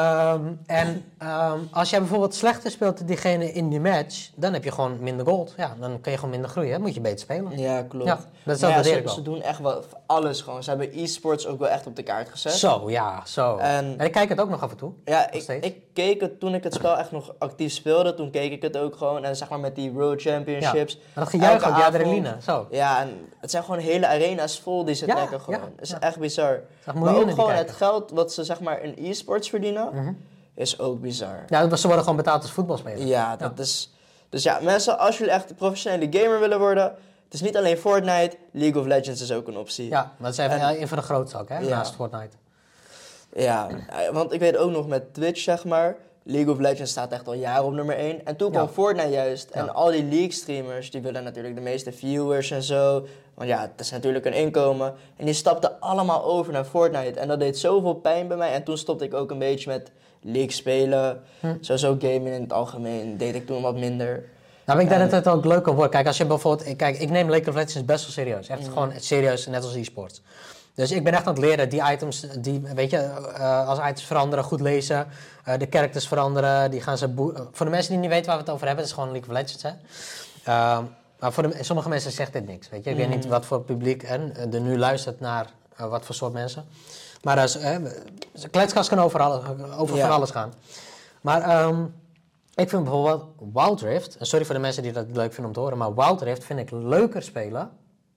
Als jij bijvoorbeeld slechter speelt diegene in die match... dan heb je gewoon minder gold. Ja, dan kun je gewoon minder groeien. Moet je beter spelen. Ja, klopt. Ja, dat waardeer ik wel. Ze doen echt wel alles gewoon. Ze hebben e-sports ook wel echt op de kaart gezet. Zo, ja, zo. En ik kijk het ook nog af en toe. Ja, ik keek het toen ik het spel echt nog actief speelde. Toen keek ik het ook gewoon. En zeg maar met die World Championships. Ja, maar dat gejuich ook, die adrenaline. Zo. Ja, en het zijn gewoon hele arena's vol die ze trekken gewoon. Het is echt bizar. Maar ook gewoon het geld wat ze zeg maar in e-sports verdienen, is ook bizar. Ja, ze worden gewoon betaald als voetbalspelers. Ja, dat is... Dus ja, mensen, als jullie echt een professionele gamer willen worden... Het is niet alleen Fortnite, League of Legends is ook een optie. Ja, maar dat is even een van de grootste ook, hè, naast Fortnite. Ja, want ik weet ook nog met Twitch, zeg maar... League of Legends staat echt al jaren op nummer 1. En toen kwam Fortnite juist. En al die League-streamers, die willen natuurlijk de meeste viewers en zo. Want ja, het is natuurlijk een inkomen. En die stapten allemaal over naar Fortnite. En dat deed zoveel pijn bij mij. En toen stopte ik ook een beetje met League spelen. Sowieso gaming in het algemeen deed ik toen wat minder. Nou, maar ik denk dat het ook leuker wordt. Kijk, als je bijvoorbeeld... Kijk, ik neem League of Legends best wel serieus. Echt gewoon serieus, net als e-sports. Dus ik ben echt aan het leren, die items, weet je, als items veranderen, goed lezen, de characters veranderen, die gaan ze voor de mensen die niet weten waar we het over hebben, het is gewoon League of Legends, hè. Maar voor sommige mensen zegt dit niks, weet je. Ik weet niet wat voor publiek er nu luistert naar wat voor soort mensen. Maar kletskast kan over van alles gaan. Maar ik vind bijvoorbeeld Wild Rift, en sorry voor de mensen die dat leuk vinden om te horen, maar Wild Rift vind ik leuker spelen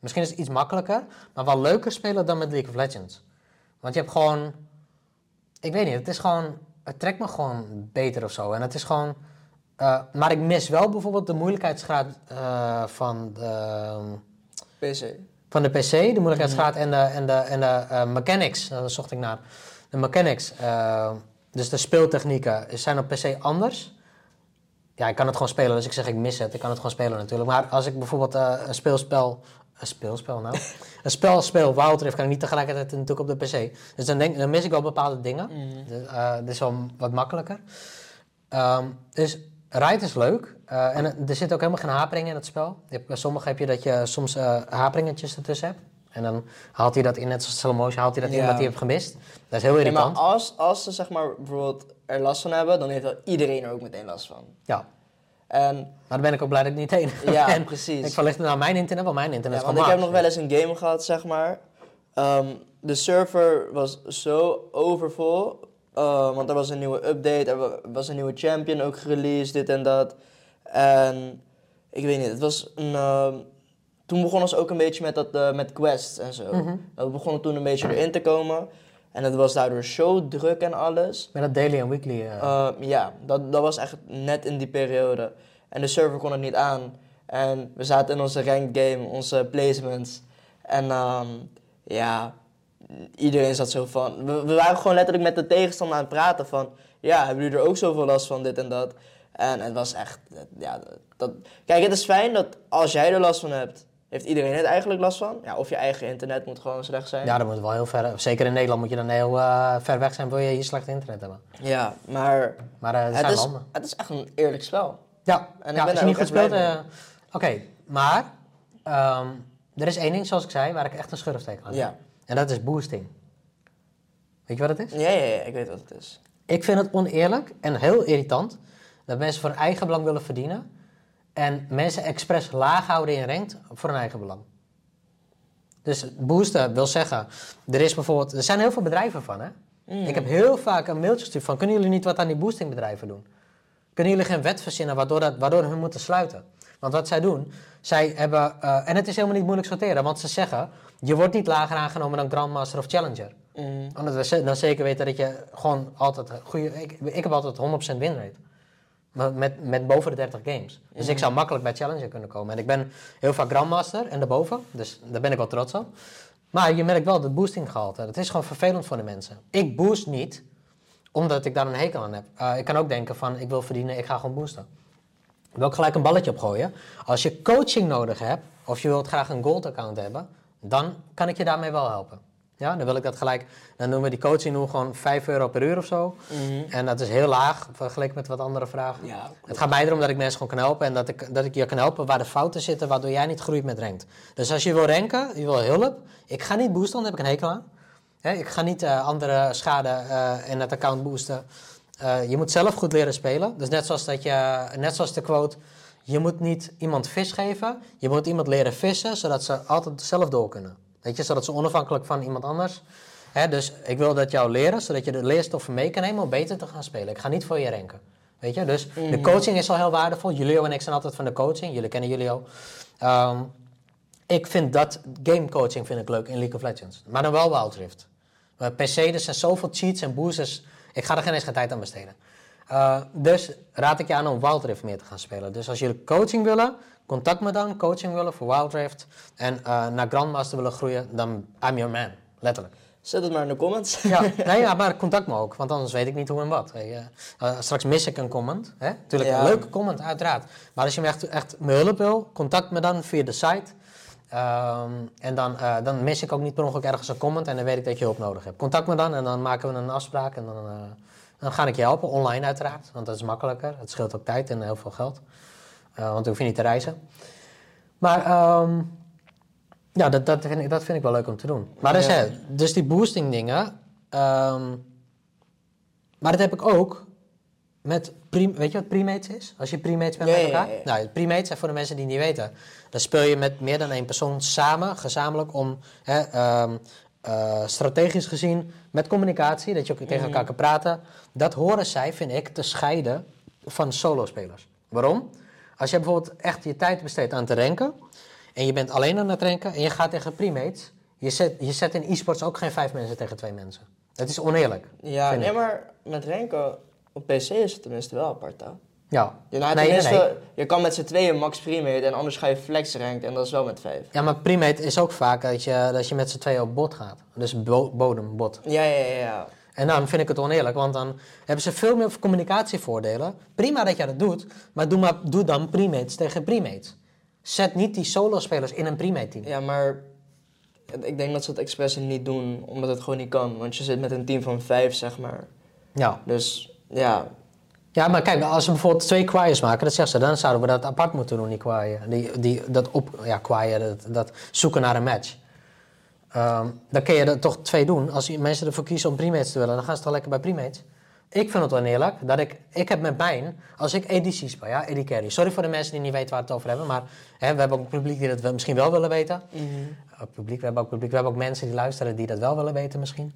Misschien is het iets makkelijker, maar wel leuker spelen dan met League of Legends. Want je hebt gewoon... Ik weet niet, het is gewoon... Het trekt me gewoon beter of zo. En het is gewoon... maar ik mis wel bijvoorbeeld de moeilijkheidsgraad van de... PC. Van de PC, de moeilijkheidsgraad en de mechanics. Daar zocht ik naar. De mechanics, dus de speeltechnieken, zijn op PC anders. Ja, ik kan het gewoon spelen, dus ik zeg ik mis het. Ik kan het gewoon spelen natuurlijk. Maar als ik bijvoorbeeld een spel speel, Wild Rift, kan ik niet tegelijkertijd natuurlijk op de PC. Dus dan mis ik wel bepaalde dingen. Dit is wel wat makkelijker. Dus Raid is leuk. En er zit ook helemaal geen hapering in het spel. Sommige heb je dat je soms haperingetjes ertussen hebt. En dan haalt hij dat in, net zoals slow motion, haalt hij dat in wat hij heeft gemist. Dat is heel irritant. Maar als ze zeg maar bijvoorbeeld er last van hebben, dan heeft wel iedereen er ook meteen last van. Ja. En, maar dan ben ik ook blij dat ik niet heen ben. Ja, precies. Ik verlicht naar mijn internet, want mijn internet is want gewoon ik heb nog wel eens een game gehad, zeg maar. De server was zo overvol. Want er was een nieuwe update, er was een nieuwe champion ook gereleased, dit en dat. En ik weet niet, het was een... toen begonnen ze ook een beetje met quests en zo. We begonnen toen een beetje erin te komen. En het was daardoor zo druk en alles. Met dat daily en weekly. Ja, dat was echt net in die periode. En de server kon het niet aan. En we zaten in onze ranked game, onze placements. En ja, iedereen zat zo van... We waren gewoon letterlijk met de tegenstander aan het praten van... Ja, hebben jullie er ook zoveel last van, dit en dat? En het was echt... Ja, kijk, het is fijn dat als jij er last van hebt... Heeft iedereen het eigenlijk last van? Ja, of je eigen internet moet gewoon slecht zijn. Ja, dat moet wel heel ver... Zeker in Nederland moet je dan heel ver weg zijn... wil je hier slecht internet hebben. Ja, maar er zijn landen. Het is echt een eerlijk spel. Ja, en als je niet goed speelt... Oké, maar... er is één ding, zoals ik zei... waar ik echt een schurfteken aan heb. Ja. En dat is boosting. Weet je wat het is? Ja, ik weet wat het is. Ik vind het oneerlijk en heel irritant... dat mensen voor hun eigen belang willen verdienen... en mensen expres laag houden in ranked voor hun eigen belang. Dus boosten wil zeggen... Er zijn heel veel bedrijven van, hè? Ik heb heel vaak een mailtje gestuurd van... kunnen jullie niet wat aan die boostingbedrijven doen? Kunnen jullie geen wet verzinnen waardoor hun moeten sluiten? Want wat zij doen... Zij hebben... en het is helemaal niet moeilijk sorteren... want ze zeggen... je wordt niet lager aangenomen dan Grandmaster of Challenger. Omdat we dan zeker weten dat je gewoon altijd... Ik heb altijd 100% winrate. Met boven de 30 games. Dus ik zou makkelijk bij Challenger kunnen komen. En ik ben heel vaak Grandmaster en daarboven. Dus daar ben ik wel trots op. Maar je merkt wel dat boostinggehalte. Dat is gewoon vervelend voor de mensen. Ik boost niet, omdat ik daar een hekel aan heb. Ik kan ook denken van, ik wil verdienen, ik ga gewoon boosten. Ik wil ook gelijk een balletje opgooien. Als je coaching nodig hebt, of je wilt graag een gold account hebben, dan kan ik je daarmee wel helpen. Ja, dan wil ik dat gelijk. Dan doen we die coaching gewoon €5 per uur of zo. En dat is heel laag vergeleken met wat andere vragen. Ja, het gaat mij erom dat ik mensen gewoon kan helpen. En dat ik je kan helpen waar de fouten zitten, waardoor jij niet groeit met ranked. Dus als je wil ranken, je wil hulp. Ik ga niet boosten, daar heb ik een hekel aan. Ik ga niet andere schade in het account boosten. Je moet zelf goed leren spelen. Dus net zoals de quote... Je moet niet iemand vis geven. Je moet iemand leren vissen, zodat ze altijd zelf door kunnen. Weet je, zodat ze onafhankelijk van iemand anders... dus ik wil dat jou leren, zodat je de leerstoffen mee kan nemen om beter te gaan spelen. Ik ga niet voor je ranken. Weet je, dus de coaching is al heel waardevol. Julio en ik zijn altijd van de coaching. Jullie kennen Julio. Ik vind gamecoaching vind ik leuk in League of Legends. Maar dan wel Wild Rift. PC, er zijn zoveel cheats en boosters. Ik ga er geen eens geen tijd aan besteden. Dus raad ik je aan om Wild Rift meer te gaan spelen. Dus als jullie coaching willen, contact me dan. Coaching willen voor Wild Rift. En naar Grandmaster willen groeien, dan I'm your man. Letterlijk. Zet het maar in de comments. Ja, maar contact me ook. Want anders weet ik niet hoe en wat. Straks mis ik een comment. Natuurlijk een leuke comment, uiteraard. Maar als je me echt mijn hulp wil, contact me dan via de site. En dan mis ik ook niet per ongeluk ergens een comment. En dan weet ik dat je hulp nodig hebt. Contact me dan en dan maken we een afspraak. En dan ga ik je helpen. Online uiteraard. Want dat is makkelijker. Het scheelt ook tijd en heel veel geld. Want dan hoef je niet te reizen. Maar... ja, dat vind ik wel leuk om te doen. Maar dus die boosting dingen... maar dat heb ik ook met... weet je wat premates is? Als je premates bent met elkaar? Ja. Nou, premates zijn voor de mensen die het niet weten. Dan speel je met meer dan één persoon samen, gezamenlijk... om strategisch gezien met communicatie... dat je ook tegen elkaar kan praten... dat horen zij, vind ik, te scheiden van solo-spelers. Waarom? Als je bijvoorbeeld echt je tijd besteedt aan te ranken... en je bent alleen aan het ranken en je gaat tegen primates. Je zet in e-sports ook geen 5 mensen tegen 2 mensen. Het is oneerlijk. Ja, vind nee, ik. maar met ranken op PC is het tenminste wel apart, hè? Ja. Ja, nou, Nee. tenminste, je kan met z'n tweeën max primate en anders ga je flex ranked en dat is wel met 5. Ja, maar primate is ook vaak dat je met z'n tweeën op bot gaat. Dus bodem, bot. Ja. En dan vind ik het oneerlijk, want dan hebben ze veel meer communicatievoordelen. Prima dat je dat doet, maar doe dan primates tegen primates. Zet niet die solo-spelers in een primate team. Ja, maar ik denk dat ze het expres niet doen, omdat het gewoon niet kan. Want je zit met een team van 5, zeg maar. Ja. Dus, ja. Ja, maar kijk, als we bijvoorbeeld 2 quires maken, dat zegt ze, dan zouden we dat apart moeten doen, die quire. Dat zoeken naar een match. Dan kun je er toch 2 doen. Als mensen ervoor kiezen om primates te willen, dan gaan ze toch lekker bij primates. Ik vind het oneerlijk dat ik heb met mijn, als ik ADC speel, ja, AD carry. Sorry voor de mensen die niet weten waar we het over hebben, maar we hebben ook een publiek die dat misschien wel willen weten. We hebben ook mensen die luisteren die dat wel willen weten misschien.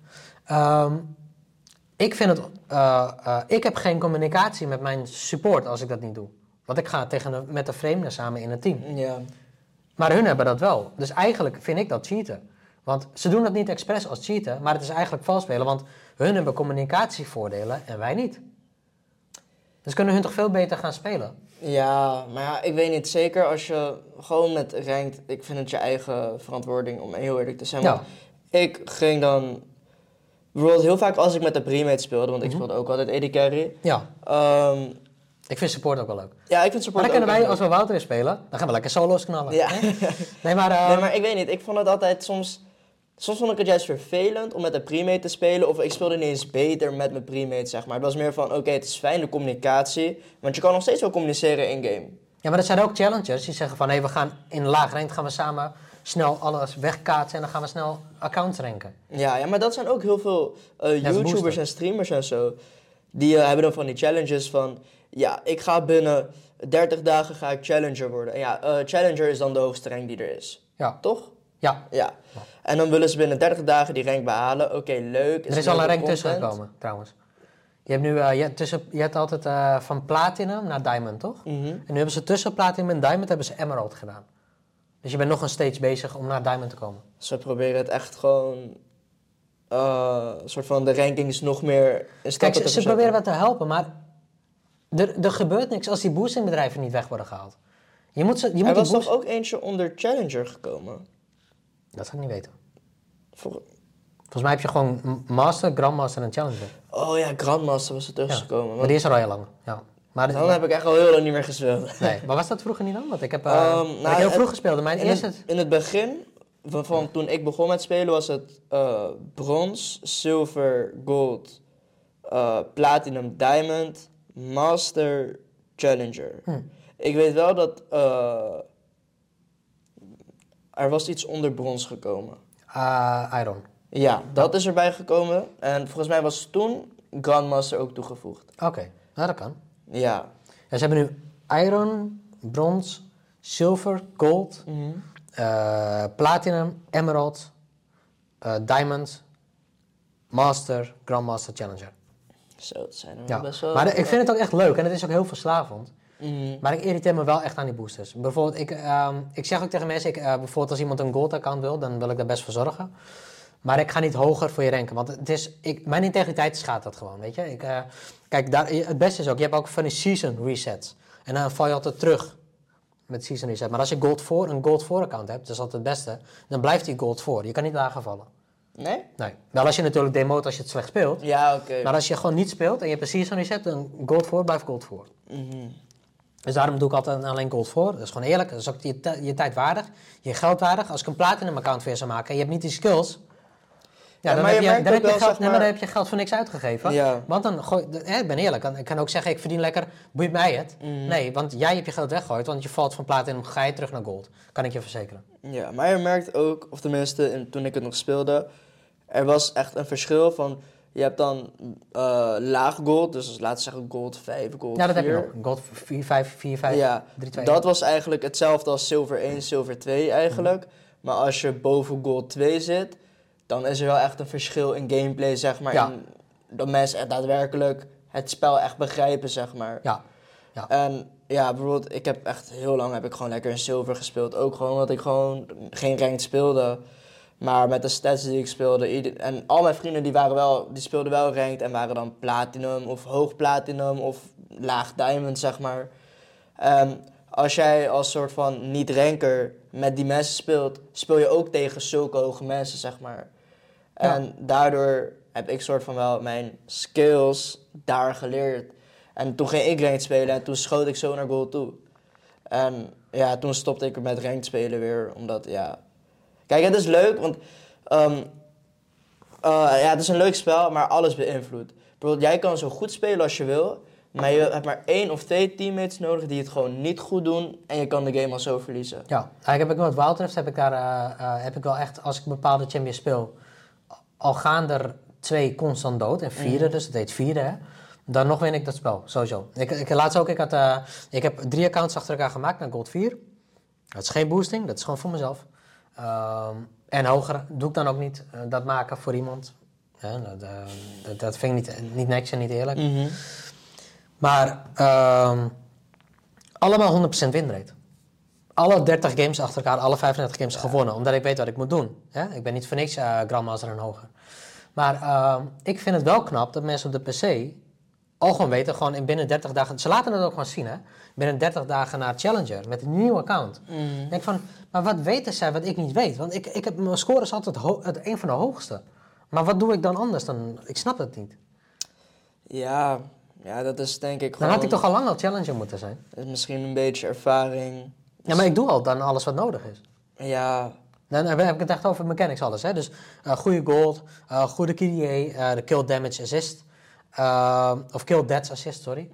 Ik heb geen communicatie met mijn support als ik dat niet doe. Want ik ga met de vreemden samen in een team. Ja. Maar hun hebben dat wel. Dus eigenlijk vind ik dat cheaten. Want ze doen dat niet expres als cheaten, maar het is eigenlijk vals spelen. Want hun hebben communicatievoordelen en wij niet. Dus kunnen hun toch veel beter gaan spelen? Ja, maar ja, ik weet niet. Zeker als je gewoon met ranked... Ik vind het je eigen verantwoording om heel eerlijk te zijn. Ja. Want ik ging dan... Bijvoorbeeld heel vaak als ik met de primate speelde, want ik speelde ook altijd AD carry. Ja, Ehm, ik vind support ook wel leuk. ja, ik vind support Maar dan ook kunnen wij, echt als we Wouter spelen, dan gaan we lekker solo's knallen. Ja. Hè? Nee, maar... nee, maar ik weet niet. Ik vond het altijd soms vond ik het juist vervelend om met een primate te spelen. Of ik speelde niet eens beter met mijn primate, zeg maar. Het was meer van, oké, het is fijn de communicatie. Want je kan nog steeds wel communiceren in-game. Ja, maar er zijn ook challengers die zeggen van... Hé, we gaan in laag rank, gaan we samen snel alles wegkaatsen... en dan gaan we snel accounts ranken. Ja, maar dat zijn ook heel veel YouTubers booster. en streamers en zo. Die hebben dan van die challenges van... Ja, ik ga binnen 30 dagen ga ik challenger worden. En ja, challenger is dan de hoogste rank die er is. Ja. Toch? Ja, Ja. En dan willen ze binnen 30 dagen die rank behalen. Oké, leuk. er is al een leuke rank tussen content. gekomen, trouwens. Je hebt nu je hebt altijd van platinum naar diamond, toch? Mhm. En nu hebben ze tussen platinum en diamond hebben ze emerald gedaan. Dus je bent nog een stage bezig om naar diamond te komen. Ze proberen het echt gewoon... een soort van de rankings nog meer in stappen Kijk, te ze verzetten. proberen wat te helpen, maar er gebeurt niks als die boostingbedrijven niet weg worden gehaald. Je moet Er die was boost... toch ook eentje onder Challenger gekomen? Dat zou ik niet weten. Voor... Volgens mij heb je gewoon Master, Grandmaster en Challenger. Oh ja, Grandmaster was er tussen gekomen. Maar die is er al heel lang. Ja. Maar Dan heb ik echt al heel lang niet meer gespeeld. Nee, maar was dat vroeger niet dan? Want ik heb Nou, heel vroeg gespeeld. Mijn eerste... In het begin, van toen ik begon met spelen, was het brons, zilver, gold, platinum, diamond, master, challenger. Ik weet wel dat er was iets onder brons gekomen. Iron. Ja, dat is erbij gekomen. En volgens mij was toen Grandmaster ook toegevoegd. Oké, nou dat kan. Ja. Ja, ze hebben nu Iron, Brons, Zilver, Gold, Platinum, Emerald, Diamond, Master, Grandmaster, Challenger. Zo, het zijn er Ja. best wel... Maar ik vind het ook echt leuk en het is ook heel verslavend. Mhm. Maar ik irriteer me wel echt aan die boosters. Bijvoorbeeld, ik zeg ook tegen mensen, bijvoorbeeld als iemand een gold-account wil, dan wil ik daar best voor zorgen. Maar ik ga niet hoger voor je ranken, want het is, mijn integriteit schaadt dat gewoon, weet je. Kijk, het beste is ook, je hebt ook van die season resets. En dan val je altijd terug met season reset. Maar als je een gold 4 account hebt, dat is altijd het beste, dan blijft die gold 4. Je kan niet lager vallen. Nee? Nee. Wel als je natuurlijk demote als je het slecht speelt. Ja, oké. Maar als je gewoon niet speelt en je hebt een season reset, dan gold 4 blijft gold 4. Mhm. Dus daarom doe ik altijd alleen gold voor. Dat is gewoon eerlijk. Dat is ook je tijd waardig. Je geld waardig. Als ik een platinum account voor je zou maken en je hebt niet die skills. Ja, dan, maar heb je je, merkt dan, heb ook je wel, geld, zeg dan maar- heb je geld voor niks uitgegeven. Ja. Want dan ik ben eerlijk. Ik kan ook zeggen, ik verdien lekker, boeit mij het. Nee, want jij hebt je geld weggegooid. Want je valt van platinum, ga je terug naar gold. Kan ik je verzekeren. Ja, maar je merkt ook, of tenminste toen ik het nog speelde, er was echt een verschil van, je hebt dan laag gold, dus laten we zeggen gold 5, gold 4. Ja, dat heb je nog. Gold 4, 5, 4, 5, Ja, 3, 2. dat was eigenlijk hetzelfde als zilver 1, zilver 2 eigenlijk. Maar als je boven gold 2 zit, dan is er wel echt een verschil in gameplay, zeg maar. Ja. In, dat mensen echt daadwerkelijk het spel echt begrijpen, zeg maar. Ja. Ja. En ja, bijvoorbeeld, ik heb echt heel lang gewoon lekker in zilver gespeeld. Ook gewoon omdat ik gewoon geen ranked speelde. Maar met de stats die ik speelde, en al mijn vrienden die speelden wel ranked en waren dan platinum of hoog platinum of laag diamond, zeg maar. Als jij als soort van niet-ranker met die mensen speelt, speel je ook tegen zulke hoge mensen, zeg maar. En daardoor heb ik soort van wel mijn skills daar geleerd. En toen ging ik ranked spelen en toen schoot ik zo naar gold toe. En ja, toen stopte ik met ranked spelen weer, omdat ja... Kijk, het is leuk, want het is een leuk spel, maar alles beïnvloedt. Bijvoorbeeld, jij kan zo goed spelen als je wil, maar je hebt maar 1 of 2 teammates nodig die het gewoon niet goed doen en je kan de game al zo verliezen. Ja, eigenlijk wat Wild Rift heb ik wel echt, als ik bepaalde champions speel, al gaan er 2 constant dood en 4e, dus het heet 4e, hè. Dan nog win ik dat spel, sowieso. Ik heb 3 accounts achter elkaar gemaakt naar Gold 4. Dat is geen boosting, dat is gewoon voor mezelf. En hoger doe ik dan ook niet dat maken voor iemand. Dat vind ik niet niks en niet eerlijk. Mm-hmm. Maar allemaal 100% winrate. Alle 30 games achter elkaar, alle 35 games gewonnen. Omdat ik weet wat ik moet doen. Hè? Ik ben niet voor niks Grandmaster en hoger. Maar ik vind het wel knap dat mensen op de PC al gewoon weten, gewoon in binnen 30 dagen... Ze laten het ook gewoon zien, hè. Binnen 30 dagen naar Challenger met een nieuw account. Ik denk van, maar wat weten zij wat ik niet weet? Want ik heb mijn score is altijd een van de hoogste. Maar wat doe ik dan anders? Ik snap het niet. Ja, dat is denk ik gewoon... Dan had ik toch al lang al Challenger moeten zijn? Dat is misschien een beetje ervaring. Ja, maar ik doe al dan alles wat nodig is. Ja. Dan heb ik het echt over mechanics alles, hè. Dus goede gold, goede KDA, de kill damage assist... of kill deaths assist, sorry.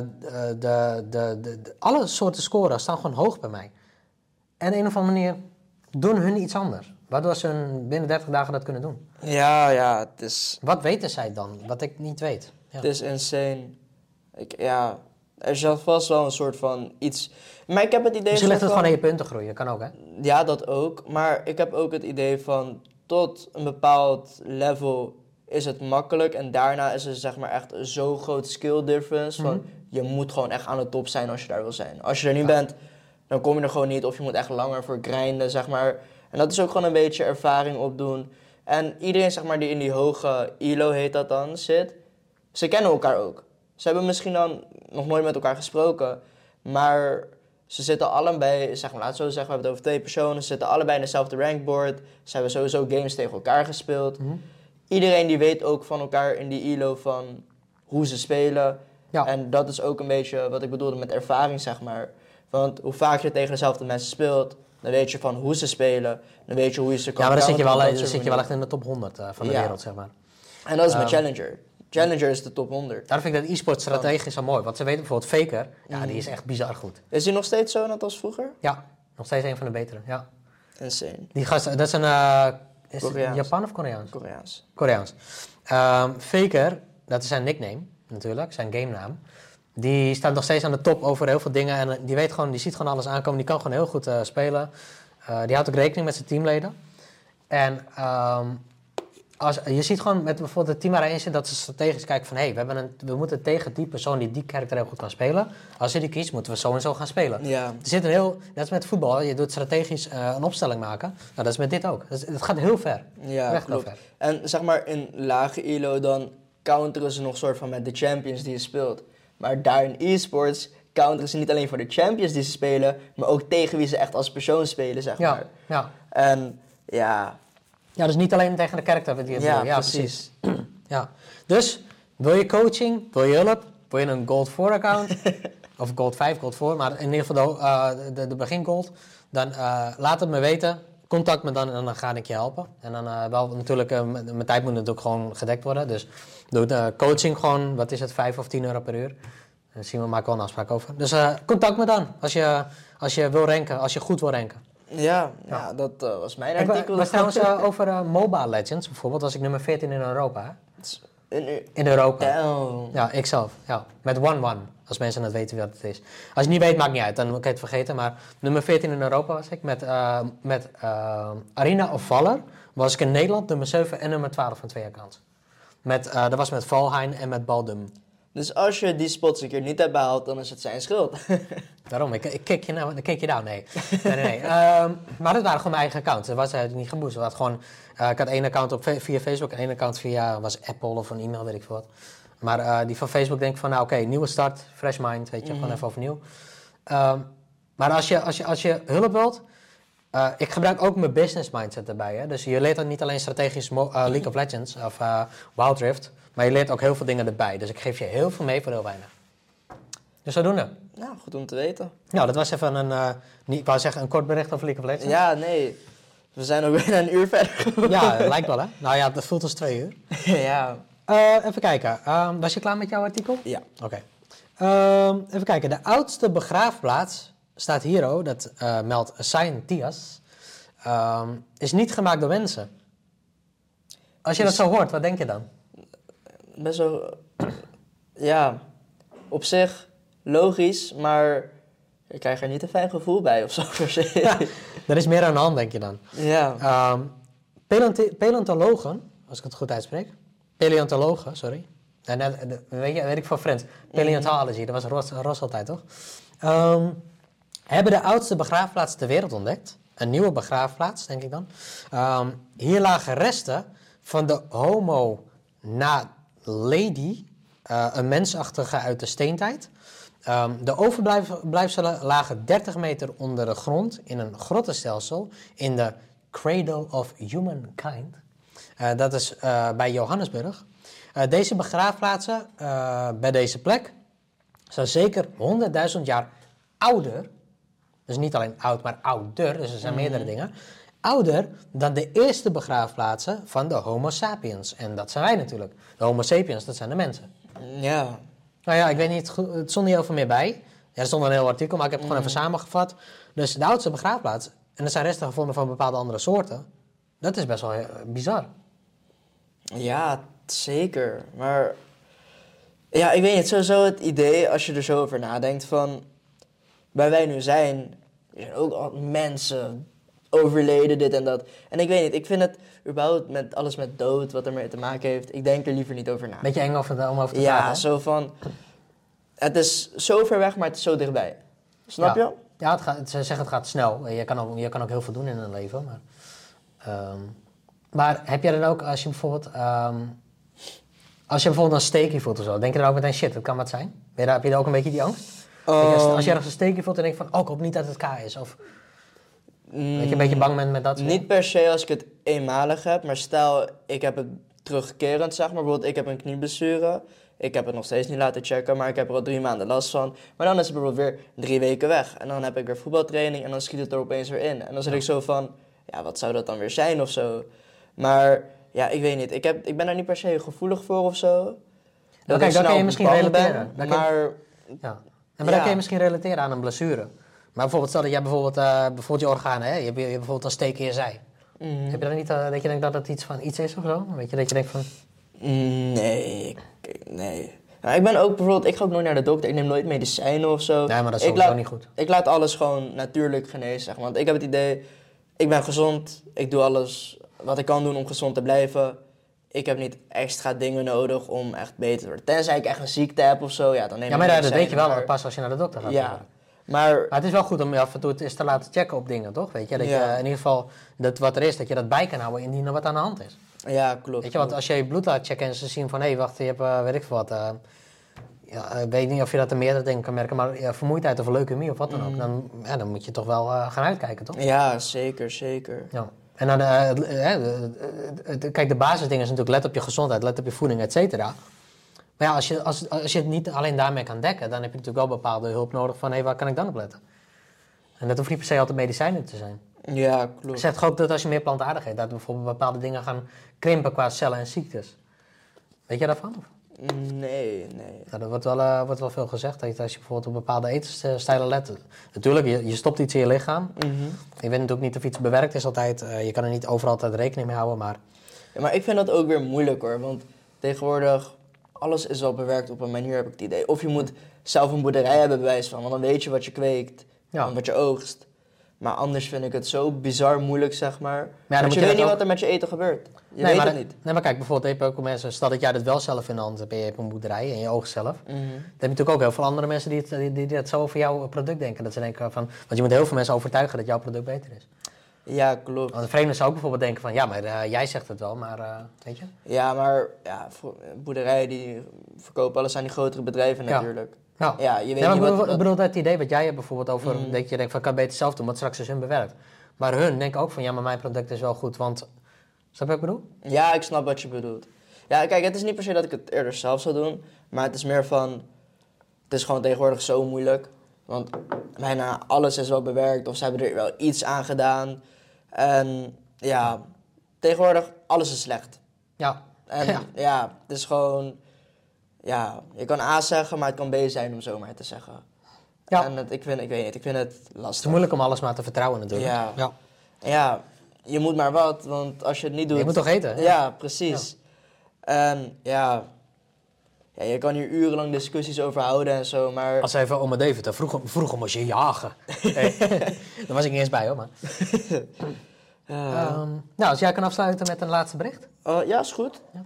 Alle soorten scoren staan gewoon hoog bij mij. En een of andere manier doen hun iets anders. Waardoor ze binnen 30 dagen dat kunnen doen. Ja, het is... Wat weten zij dan, wat ik niet weet? Ja. Het is insane. Er zat vast wel een soort van iets... Maar ik heb het idee... Misschien ligt het gewoon aan je punten groeien, kan ook, hè? Ja, dat ook. Maar ik heb ook het idee van... Tot een bepaald level is het makkelijk. En daarna is er zeg maar echt zo'n groot skill difference. Van, je moet gewoon echt aan de top zijn als je daar wil zijn. Als je er niet bent, dan kom je er gewoon niet. Of je moet echt langer voor grinden, zeg maar. En dat is ook gewoon een beetje ervaring opdoen. En iedereen zeg maar die in die hoge elo, heet dat dan, zit... Ze kennen elkaar ook. Ze hebben misschien dan nog nooit met elkaar gesproken. Maar ze zitten allebei, zeg maar, laat het zo zeggen, we hebben het over 2 personen. Ze zitten allebei in dezelfde rankboard. Ze hebben sowieso games tegen elkaar gespeeld. Iedereen die weet ook van elkaar in die elo van hoe ze spelen. Ja. En dat is ook een beetje wat ik bedoelde met ervaring, zeg maar. Want hoe vaak je tegen dezelfde mensen speelt, dan weet je van hoe ze spelen. Dan weet je hoe je ze kan Ja, maar dan counteren, zit je wel echt in de top 100 van de wereld, zeg maar. En dat is met Challenger. Challenger is de top 100. Daarom vind ik dat e-sport strategisch zo mooi. Want ze weten bijvoorbeeld Faker, ja, die is echt bizar goed. Is hij nog steeds zo net als vroeger? Ja, nog steeds een van de betere, ja. Insane. Die gast, dat is een... is het Koreaans. Japan of Koreaans? Koreaans. Koreaans. Faker, dat is zijn nickname natuurlijk, zijn game naam. Die staat nog steeds aan de top over heel veel dingen. En die ziet gewoon alles aankomen. Die kan gewoon heel goed spelen. Die houdt ook rekening met zijn teamleden. En je ziet gewoon met bijvoorbeeld het team waarin zit dat ze strategisch kijken van... we moeten tegen die persoon die karakter heel goed kan spelen. Als je die kiest, moeten we zo en zo gaan spelen. Ja. Er zit dat is met voetbal. Je doet strategisch een opstelling maken. Nou, dat is met dit ook. Het gaat heel ver. Ja, echt klopt. heel ver. En zeg maar in lage elo dan counteren ze nog soort van met de champions die je speelt. Maar daar in e-sports counteren ze niet alleen voor de champions die ze spelen, maar ook tegen wie ze echt als persoon spelen, zeg maar. Ja. En ja... Ja, dus niet alleen tegen de karakter die je Ja, doet. Ja, precies. Ja. Dus, wil je coaching, wil je hulp, wil je een Gold 4 account, of Gold 5, Gold 4, maar in ieder geval de begin Gold, dan laat het me weten. Contact me dan en dan ga ik je helpen. En dan wel natuurlijk, mijn tijd moet natuurlijk gewoon gedekt worden. Dus doe de coaching gewoon, wat is het, 5 of 10 euro per uur. Dan zien we, maken we wel een afspraak over. Dus contact me dan, als je wil ranken, als je goed wil ranken. Ja, dat was mijn artikel. Maar trouwens over Mobile Legends bijvoorbeeld, was ik nummer 14 in Europa. In Europa. Ja, ikzelf. Ja. Met 1-1, als mensen het weten wat het is. Als je het niet weet, maakt niet uit, dan kan je het vergeten. Maar nummer 14 in Europa was ik. Met Arena of Valor was ik in Nederland nummer 7 en nummer 12 van 2 accounts. Dat was met Valheim en met Baldum. Dus als je die spots een keer niet hebt behaald, dan is het zijn schuld. Daarom, ik kick je nou, dan kick je down. Nee. Nee. Maar dat waren gewoon mijn eigen accounts. Dat was niet geboost. Ik had één account via Facebook en één account via was Apple of een e-mail, weet ik veel wat. Maar die van Facebook denk ik van, nou oké, nieuwe start, fresh mind, weet je, gewoon even overnieuw. Maar als je hulp wilt, ik gebruik ook mijn business mindset erbij. Hè? Dus je leert dan niet alleen strategisch League of Legends of Wild Rift, maar je leert ook heel veel dingen erbij. Dus ik geef je heel veel mee voor heel weinig. Dus zodoende. Nou, goed om te weten. Nou, dat was even ik wou zeggen een kort bericht over League of Legends. Ja, nee. We zijn ook bijna een uur verder geworden. Ja, lijkt wel hè. Nou ja, dat voelt als 2 uur. Ja. Even kijken. Was je klaar met jouw artikel? Ja. Oké. Even kijken. De oudste begraafplaats staat hier, dat meldt Scientias, is niet gemaakt door mensen. Als je dat zo hoort, wat denk je dan? Best wel... Ja, op zich logisch, maar ik krijg er niet een fijn gevoel bij of zo per se. Ja, er is meer aan de hand, denk je dan. Ja. Paleontologen, als ik het goed uitspreek. Paleontologen, sorry. Weet ik van Friends. Paleontology, dat was Ros altijd, toch? Hebben de oudste begraafplaats ter wereld ontdekt. Een nieuwe begraafplaats, denk ik dan. Hier lagen resten van de Homo naledi, een mensachtige uit de steentijd. De overblijfselen lagen 30 meter onder de grond in een grottenstelsel in de Cradle of Humankind. Dat is bij Johannesburg. Deze begraafplaatsen bij deze plek zijn zeker 100.000 jaar ouder. Dus niet alleen oud, maar ouder. Dus er zijn meerdere dingen. Ouder dan de eerste begraafplaatsen van de Homo sapiens. En dat zijn wij natuurlijk. De Homo sapiens, dat zijn de mensen. Ja. Nou ja, ik weet niet, het stond niet heel veel meer bij. Ja, er stond een heel artikel, maar ik heb het gewoon even samengevat. Dus de oudste begraafplaats, en er zijn resten gevonden van bepaalde andere soorten. Dat is best wel bizar. Ja, zeker. Maar ja, ik weet niet, sowieso het idee, als je er zo over nadenkt, van waar wij nu zijn, er zijn ook al mensen overleden, dit en dat. En ik weet niet, ik vind het überhaupt met alles met dood, wat er mee te maken heeft, ik denk er liever niet over na. Beetje eng om over te praten. Ja, zo van, het is zo ver weg, maar het is zo dichtbij. Snap je? Ja, ze zeggen het gaat snel. Je kan ook heel veel doen in een leven. Maar heb jij dan ook, als je bijvoorbeeld een steekje voelt of zo, denk je dan ook meteen, shit, dat kan wat zijn? Heb je dan ook een beetje die angst? Als je ergens een steekje voelt en denk je van, ik hoop niet dat het K is. Of dat je een beetje bang bent met dat soort. Niet per se als ik het eenmalig heb, maar stel, ik heb het terugkerend, zeg maar. Bijvoorbeeld, ik heb een knieblessure. Ik heb het nog steeds niet laten checken, maar ik heb er al 3 maanden last van. Maar dan is het bijvoorbeeld weer 3 weken weg. En dan heb ik weer voetbaltraining en dan schiet het er opeens weer in. En dan zit ik zo van, ja, wat zou dat dan weer zijn of zo? Maar ja, ik weet niet. Ik ben daar niet per se gevoelig voor of zo. Dat kan je misschien relateren. Maar dat kan je misschien relateren aan een blessure. Maar bijvoorbeeld, stel dat jij bijvoorbeeld je organen, hè? Je hebt bijvoorbeeld een steek in je zij. Heb je dan niet dat je denkt dat het iets is of zo? Weet je, dat je denkt van... Nee. Nou, ik ga ook nooit naar de dokter. Ik neem nooit medicijnen of zo. Nee, maar dat is sowieso niet goed. Ik laat alles gewoon natuurlijk genezen, zeg maar. Want ik heb het idee, ik ben gezond. Ik doe alles wat ik kan doen om gezond te blijven. Ik heb niet extra dingen nodig om echt beter te worden. Tenzij ik echt een ziekte heb of zo, ja, dan neem ik medicijnen. Dat weet je wel pas als je naar de dokter gaat. Ja, maar het is wel goed om je af en toe eens te laten checken op dingen, toch? Weet je, dat je in ieder geval wat er is, dat je dat bij kan houden indien er wat aan de hand is. Ja, klopt. Weet je, want als je je bloed laat checken en ze zien van, hé, wacht, je hebt, weet ik veel wat. Ik weet niet of je dat er meerdere dingen kan merken, maar vermoeidheid of leukemie of wat dan ook. Dan moet je toch wel gaan uitkijken, toch? Ja, zeker. Ja. En dan, kijk, de basisdingen is natuurlijk, let op je gezondheid, let op je voeding, et cetera. Maar ja, als je het niet alleen daarmee kan dekken, dan heb je natuurlijk wel bepaalde hulp nodig van, hé, waar kan ik dan op letten? En dat hoeft niet per se altijd medicijnen te zijn. Ja, klopt. Zegt ook dat als je meer plantaardig eet, dat bijvoorbeeld bepaalde dingen gaan krimpen qua cellen en ziektes. Weet je daarvan? Nee. Nou, er wordt wel veel gezegd, dat als je bijvoorbeeld op bepaalde etensstijlen let. Natuurlijk, je stopt iets in je lichaam. Je weet natuurlijk niet of iets bewerkt is altijd. Je kan er niet overal altijd rekening mee houden, maar... Ja, maar ik vind dat ook weer moeilijk hoor, want tegenwoordig, alles is wel bewerkt op een manier, heb ik het idee. Of je moet zelf een boerderij hebben, bewijs van, want dan weet je wat je kweekt en wat je oogst. Maar anders vind ik het zo bizar moeilijk, zeg maar. dan Want moet je je weet dat niet ook- wat er met je eten gebeurt. Je weet het niet. Nee, maar kijk, bijvoorbeeld heb je ook mensen... Stel dat jij dat wel zelf in de hand hebt en je hebt een boerderij en je oogst zelf. Mhm. Dan heb je natuurlijk ook heel veel andere mensen die dat zo over jouw product denken. Dat ze denken van... Want je moet heel veel mensen overtuigen dat jouw product beter is. Ja, klopt. Want de vreemden zou ook bijvoorbeeld denken van... Ja, maar jij zegt het wel, maar weet je? Ja, maar boerderijen die verkopen alles aan die grotere bedrijven Ja. natuurlijk. Nou, Ja, je weet maar niet ik wat... bedoel dat idee wat jij hebt bijvoorbeeld over... Mhm. Dat je denkt van, ik kan het beter zelf doen, want straks is hun bewerkt. Maar hun denken ook van, ja, maar mijn product is wel goed, want... Snap je wat ik bedoel? Ja, ik snap wat je bedoelt. Ja, kijk, het is niet per se dat ik het eerder zelf zou doen, maar het is meer van... Het is gewoon tegenwoordig zo moeilijk, want bijna alles is wel bewerkt of ze hebben er wel iets aan gedaan. En ja, tegenwoordig alles is slecht. Ja. En ja, het is gewoon... Ja, je kan A zeggen, maar het kan B zijn om zo maar te zeggen. Ja. En ik weet niet, ik vind het Het lastig. is moeilijk om alles maar te vertrouwen natuurlijk. Ja. Ja. Ja, je moet maar wat, want als je het niet doet... Je moet toch eten? hè? Ja, precies. En ja, je kan hier urenlang discussies over houden en zo, maar... Als even oma David, vroeger moest je jagen. Hey. Daar was ik niet eens bij hoor, maar... nou, als jij kan afsluiten met een laatste bericht. Ja, is goed. Ja.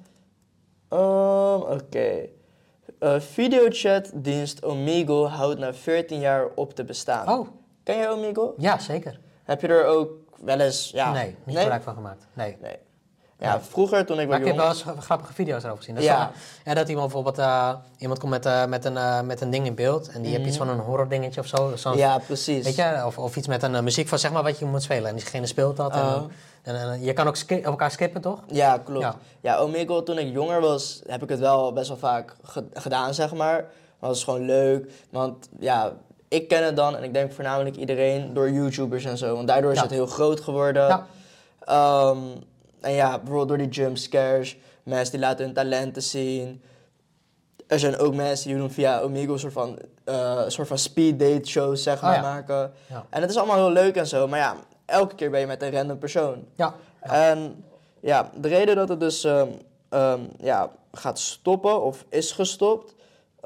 Oké. Videochatdienst Omegle houdt na 14 jaar op te bestaan. Oh, Ken jij Omegle? ja, zeker. Heb je er ook wel eens... Ja, Nee, niet gebruik van gemaakt. Nee. Nee. Ja, vroeger toen ik Maar was ik heb jong... wel eens grappige video's erover gezien. Dat, Ja. dat iemand bijvoorbeeld, iemand komt met een ding in beeld en die heeft iets van een horror dingetje of zo. Ja, precies. Weet je, of iets met een muziek van zeg maar wat je moet spelen. En diegene speelt dat. En je kan ook elkaar skippen, toch? Ja, klopt. Ja. Ja, Omegle, toen ik jonger was, heb ik het wel best wel vaak gedaan, zeg maar. Maar het is gewoon leuk, want ja, ik ken het dan en ik denk voornamelijk iedereen door YouTubers en zo. Want daardoor is Ja. het heel groot geworden. Ja. En ja, bijvoorbeeld door die jumpscares, mensen die laten hun talenten zien. Er zijn ook mensen die doen via Omegle een soort van speed date shows, zeg maar, ja. maken. Ja. En het is allemaal heel leuk en zo, maar ja, elke keer ben je met een random persoon. Ja. En ja, de reden dat het dus gaat stoppen of is gestopt,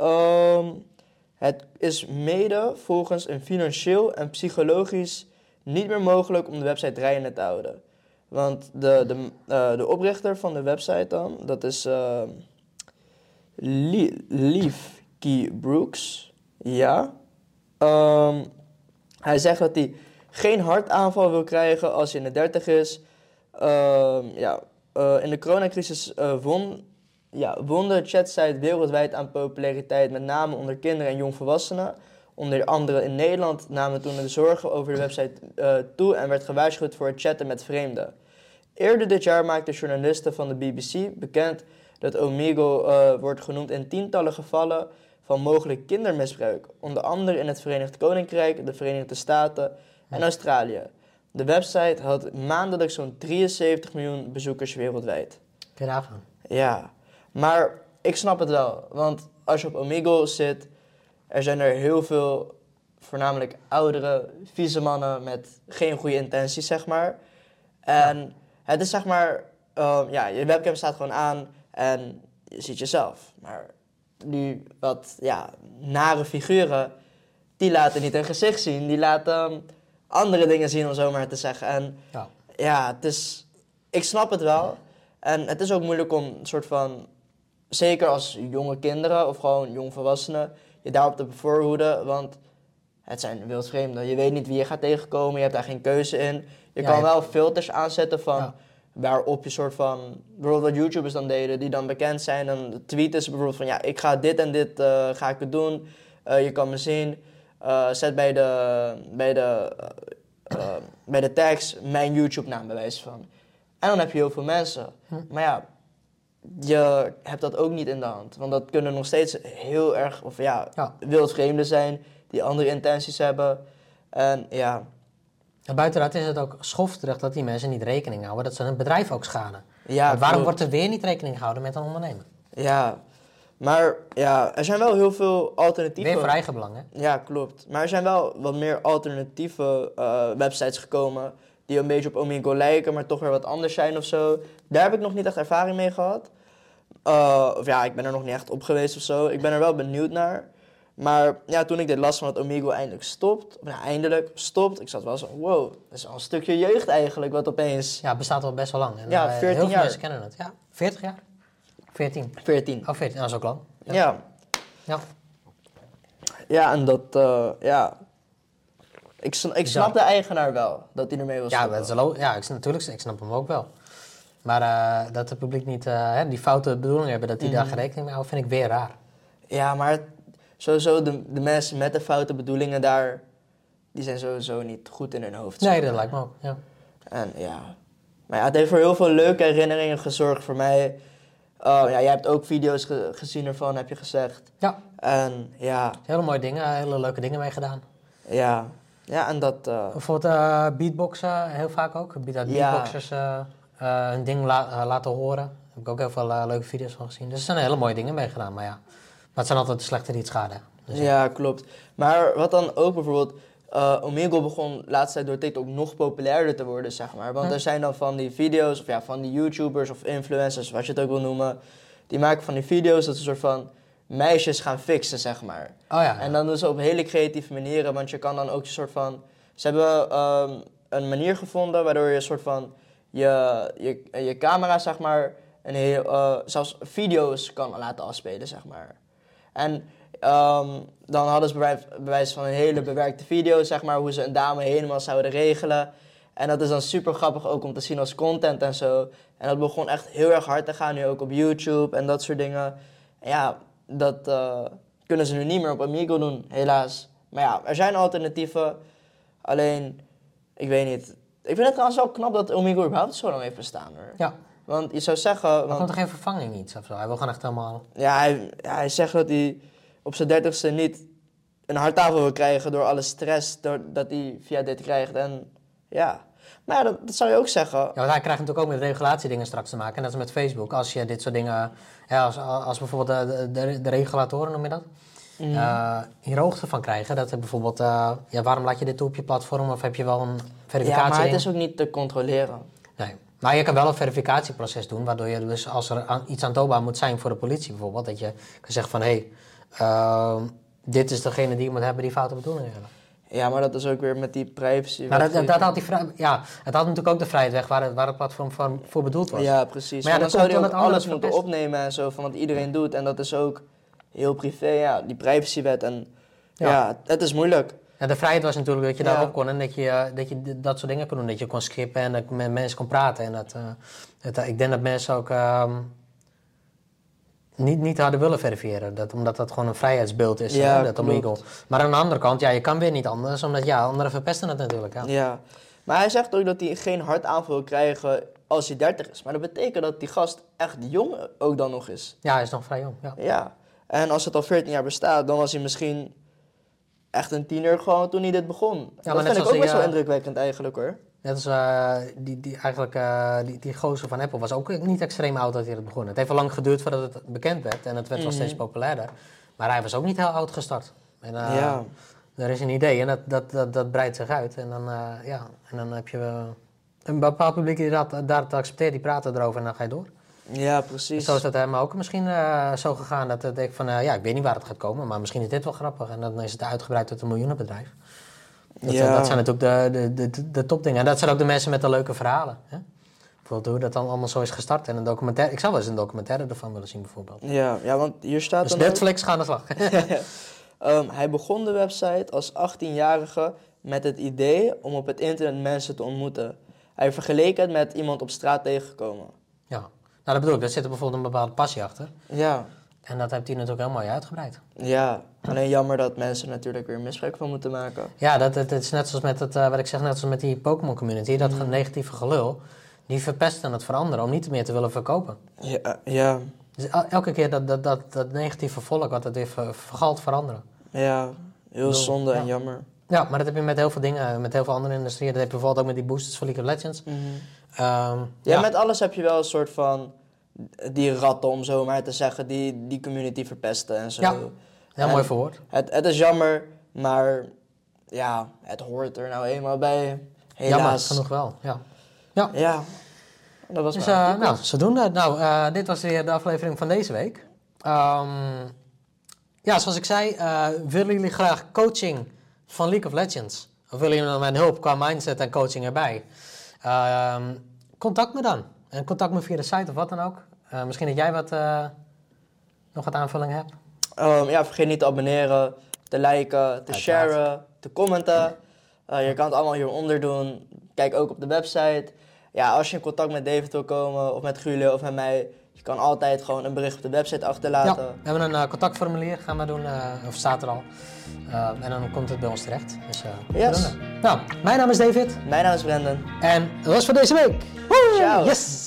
het is mede volgens een financieel en psychologisch niet meer mogelijk om de website draaiende te houden. Want de oprichter van de website dan, dat is Leaf Key Brooks. Ja. Hij zegt dat hij geen hartaanval wil krijgen als hij in de 30 is. In de coronacrisis won de chatsite wereldwijd aan populariteit, met name onder kinderen en jongvolwassenen. Onder andere in Nederland namen toen de zorgen over de website toe en werd gewaarschuwd voor het chatten met vreemden. Eerder dit jaar maakten journalisten van de BBC bekend dat Omegle wordt genoemd in tientallen gevallen van mogelijk kindermisbruik. Onder andere in het Verenigd Koninkrijk, de Verenigde Staten en Australië. De website had maandelijks zo'n 73 miljoen bezoekers wereldwijd. Kun je nagaan? Ja, maar ik snap het wel. Want als je op Omegle zit, er zijn er heel veel, voornamelijk oudere, vieze mannen met geen goede intenties, zeg maar. En het is zeg maar, je webcam staat gewoon aan en je ziet jezelf. Maar die wat nare figuren, die laten niet hun gezicht zien. Die laten andere dingen zien, om zo maar te zeggen. En het is, ik snap het wel. En het is ook moeilijk om een soort van, zeker als jonge kinderen of gewoon jongvolwassenen, je daarop te bevoorhoeden. Want het zijn wildvreemden. Je weet niet wie je gaat tegenkomen. Je hebt daar geen keuze in. Je kan wel filters aanzetten van waarop je soort van, bijvoorbeeld wat YouTubers dan deden, die dan bekend zijn. Dan tweeten ze bijvoorbeeld van, ik ga dit en dit ga ik het doen. Je kan me zien. Zet bij de tags mijn YouTube-naam bij wijze van. En dan heb je heel veel mensen. Maar ja, je hebt dat ook niet in de hand. Want dat kunnen nog steeds heel erg, wildvreemden zijn die andere intenties hebben. En ja. En buiten dat is het ook schofterig dat die mensen niet rekening houden dat ze hun bedrijf ook schaden. Ja, want waarom klopt. wordt er weer niet rekening gehouden met een ondernemer? Ja, maar ja, er zijn wel heel veel alternatieven. Weer voor eigen belang, hè? Ja, klopt. Maar er zijn wel wat meer alternatieve websites gekomen die een beetje op Omegle lijken, maar toch weer wat anders zijn of zo. Daar heb ik nog niet echt ervaring mee gehad. Ik ben er nog niet echt op geweest of zo. Ik ben er wel benieuwd naar. Maar ja, toen ik dit las van dat Omegle eindelijk stopt. Ik zat wel zo, wow, dat is al een stukje jeugd eigenlijk, wat opeens... Ja, het bestaat al best wel lang. En, Ja, 14 heel veel jaar. mensen kennen het. Ja, 40 jaar? 14. 14. Oh, 14, dat is ook lang. Ja. Ja. Ja, en dat, ik snap de eigenaar wel, dat hij ermee wil Ja, stoppen. dat is natuurlijk, ik snap hem ook wel. Maar dat het publiek niet die foute bedoeling hebben, dat die daar geen rekening mee houden, vind ik weer raar. Ja, maar sowieso de mensen met de foute bedoelingen daar, die zijn sowieso niet goed in hun hoofd. Nee, dat lijkt me ook, ja. En ja, maar ja, het heeft voor heel veel leuke herinneringen gezorgd voor mij. Ja, jij hebt ook video's gezien ervan, heb je gezegd. Ja, En ja, hele mooie dingen, hele leuke dingen mee gedaan. ja, en dat... Bijvoorbeeld beatboxen, heel vaak ook. Dat Ja. beatboxers hun ding laten horen. Daar heb ik ook heel veel leuke video's van gezien. Dus er zijn hele mooie dingen mee gedaan, maar ja. Maar het zijn altijd de slechte die het schaden. Dus ja, klopt. Maar wat dan ook bijvoorbeeld... Omegle begon de laatste tijd door TikTok nog populairder te worden, zeg maar. Want er zijn dan van die video's, of ja, van die YouTubers of influencers, wat je het ook wil noemen. Die maken van die video's dat ze een soort van meisjes gaan fixen, zeg maar. Oh ja. En dan doen ze op hele creatieve manieren, want je kan dan ook een soort van... Ze hebben een manier gevonden waardoor je een soort van je camera, zeg maar, zelfs video's kan laten afspelen, zeg maar. En dan hadden ze bewijs van een hele bewerkte video, zeg maar, hoe ze een dame helemaal zouden regelen. En dat is dan super grappig ook om te zien als content en zo. En dat begon echt heel erg hard te gaan, nu ook op YouTube en dat soort dingen. En ja, dat kunnen ze nu niet meer op Omegle doen, helaas. Maar ja, er zijn alternatieven. Alleen, ik weet niet. Ik vind het trouwens wel knap dat Omegle überhaupt zo lang heeft bestaan, hoor. Ja. Want je zou zeggen... Er komt er geen vervanging iets of zo. Hij wil gewoon echt helemaal... Ja, hij zegt dat hij op zijn 30ste niet een hartaanval wil krijgen door alle stress dat hij via dit krijgt. En ja, maar ja, dat zou je ook zeggen. Ja, want hij krijgt natuurlijk ook met regulatiedingen straks te maken. En dat is met Facebook. Als je dit soort dingen... Ja, als bijvoorbeeld de regulatoren, noem je dat? Hier hoogte van krijgen. Dat er bijvoorbeeld... ja, waarom laat je dit toe op je platform? Of heb je wel een verificatie? Ja, maar het is ook niet te controleren. Nee. Maar je kan wel een verificatieproces doen, waardoor je dus als er iets aantoonbaar moet zijn voor de politie bijvoorbeeld, dat je kan zeggen van hé, dit is degene die je moet hebben die foute bedoelingen hebben. Ja, maar dat is ook weer met die privacy. Maar het had natuurlijk ook de vrijheid weg waar het platform voor bedoeld was. Ja, precies. Maar ja, dan dat zou je komt ook omdat alles anderen moeten verpest. opnemen en zo, van wat iedereen doet. En dat is ook heel privé, ja, die privacywet. En Ja. ja, het is moeilijk. Ja, de vrijheid was natuurlijk dat je Ja. daarop kon en dat je dat soort dingen kon doen. Dat je kon skippen en dat je met mensen kon praten. En ik denk dat mensen ook niet hadden willen verifiëren. Omdat dat gewoon een vrijheidsbeeld is, Ja, dat klopt. Omegle. Maar aan de andere kant, ja, je kan weer niet anders. Omdat ja, anderen verpesten het natuurlijk. Ja. Ja, maar hij zegt ook dat hij geen hartaanval wil krijgen als hij 30 is. Maar dat betekent dat die gast echt jong ook dan nog is. Ja, hij is nog vrij jong. Ja. Ja, en als het al 14 jaar bestaat, dan was hij misschien echt een tiener gewoon toen hij dit begon. maar Dat net vind ik zoals ook best die, wel indrukwekkend eigenlijk, hoor. Net als die gozer van Apple was ook niet extreem oud dat hij het begon. Het heeft wel lang geduurd voordat het bekend werd en het werd wel steeds populairder. Maar hij was ook niet heel oud gestart. En, Ja. Er is een idee en dat breidt zich uit. En dan heb je een bepaald publiek die dat accepteert, die praten erover en dan ga je door. Ja, Dus precies. zo is dat hem ook misschien zo gegaan dat ik denk van, ja, ik weet niet waar het gaat komen, maar misschien is dit wel grappig. En dan is het uitgebreid tot een miljoenenbedrijf. Dat zijn natuurlijk de topdingen. En dat zijn ook de mensen met de leuke verhalen. Hè? Bijvoorbeeld hoe dat dan allemaal zo is gestart. En een documentaire. Ik zou wel eens een documentaire ervan willen zien, bijvoorbeeld. Ja, want hier staat Dus dan ook- Netflix, ga aan de slag. hij begon de website als 18-jarige met het idee om op het internet mensen te ontmoeten. Hij vergeleek het met iemand op straat tegengekomen. Ja, nou dat bedoel ik. Daar zit er bijvoorbeeld een bepaalde passie achter. Ja, En dat heeft hij natuurlijk heel mooi uitgebreid. ja. Alleen jammer dat mensen natuurlijk weer misbruik van moeten maken. Ja, het is net zoals met wat ik zeg, net zoals met die Pokémon community. Dat negatieve gelul, die verpesten het voor anderen om niet meer te willen verkopen. Ja. Dus elke keer dat negatieve volk wat het weer vergalt voor anderen. Ja, heel zonde en ja. jammer. Ja, maar dat heb je met heel veel dingen, met heel veel andere industrieën. Dat heb je bijvoorbeeld ook met die boosters van League of Legends. Ja, met alles heb je wel een soort van die ratten, om zo maar te zeggen, die community verpesten en zo. Ja, heel En mooi verwoord. Het is jammer, maar ja, het hoort er nou eenmaal bij. Jammer, Helaas. genoeg wel. Ja. Ja, dat was Dus mijn artikel. nou, zodoende. Nou, dit was weer de aflevering van deze week. Ja, zoals ik zei, willen jullie graag coaching van League of Legends? Of willen jullie mijn hulp qua mindset en coaching erbij? Contact me dan. En contact me via de site of wat dan ook. Misschien dat jij nog wat aanvulling hebt. Vergeet niet te abonneren, te liken, te sharen, te commenten. Je kan het allemaal hieronder doen. Kijk ook op de website. Ja, als je in contact met David wil komen, of met Julio of met mij, je kan altijd gewoon een bericht op de website achterlaten. Ja, we hebben een contactformulier, gaan we doen, of staat er al. En dan komt het bij ons terecht. Dus, yes. Nou, mijn naam is David. Mijn naam is Brendan. En dat was voor deze week. Woe! Ciao. Yes!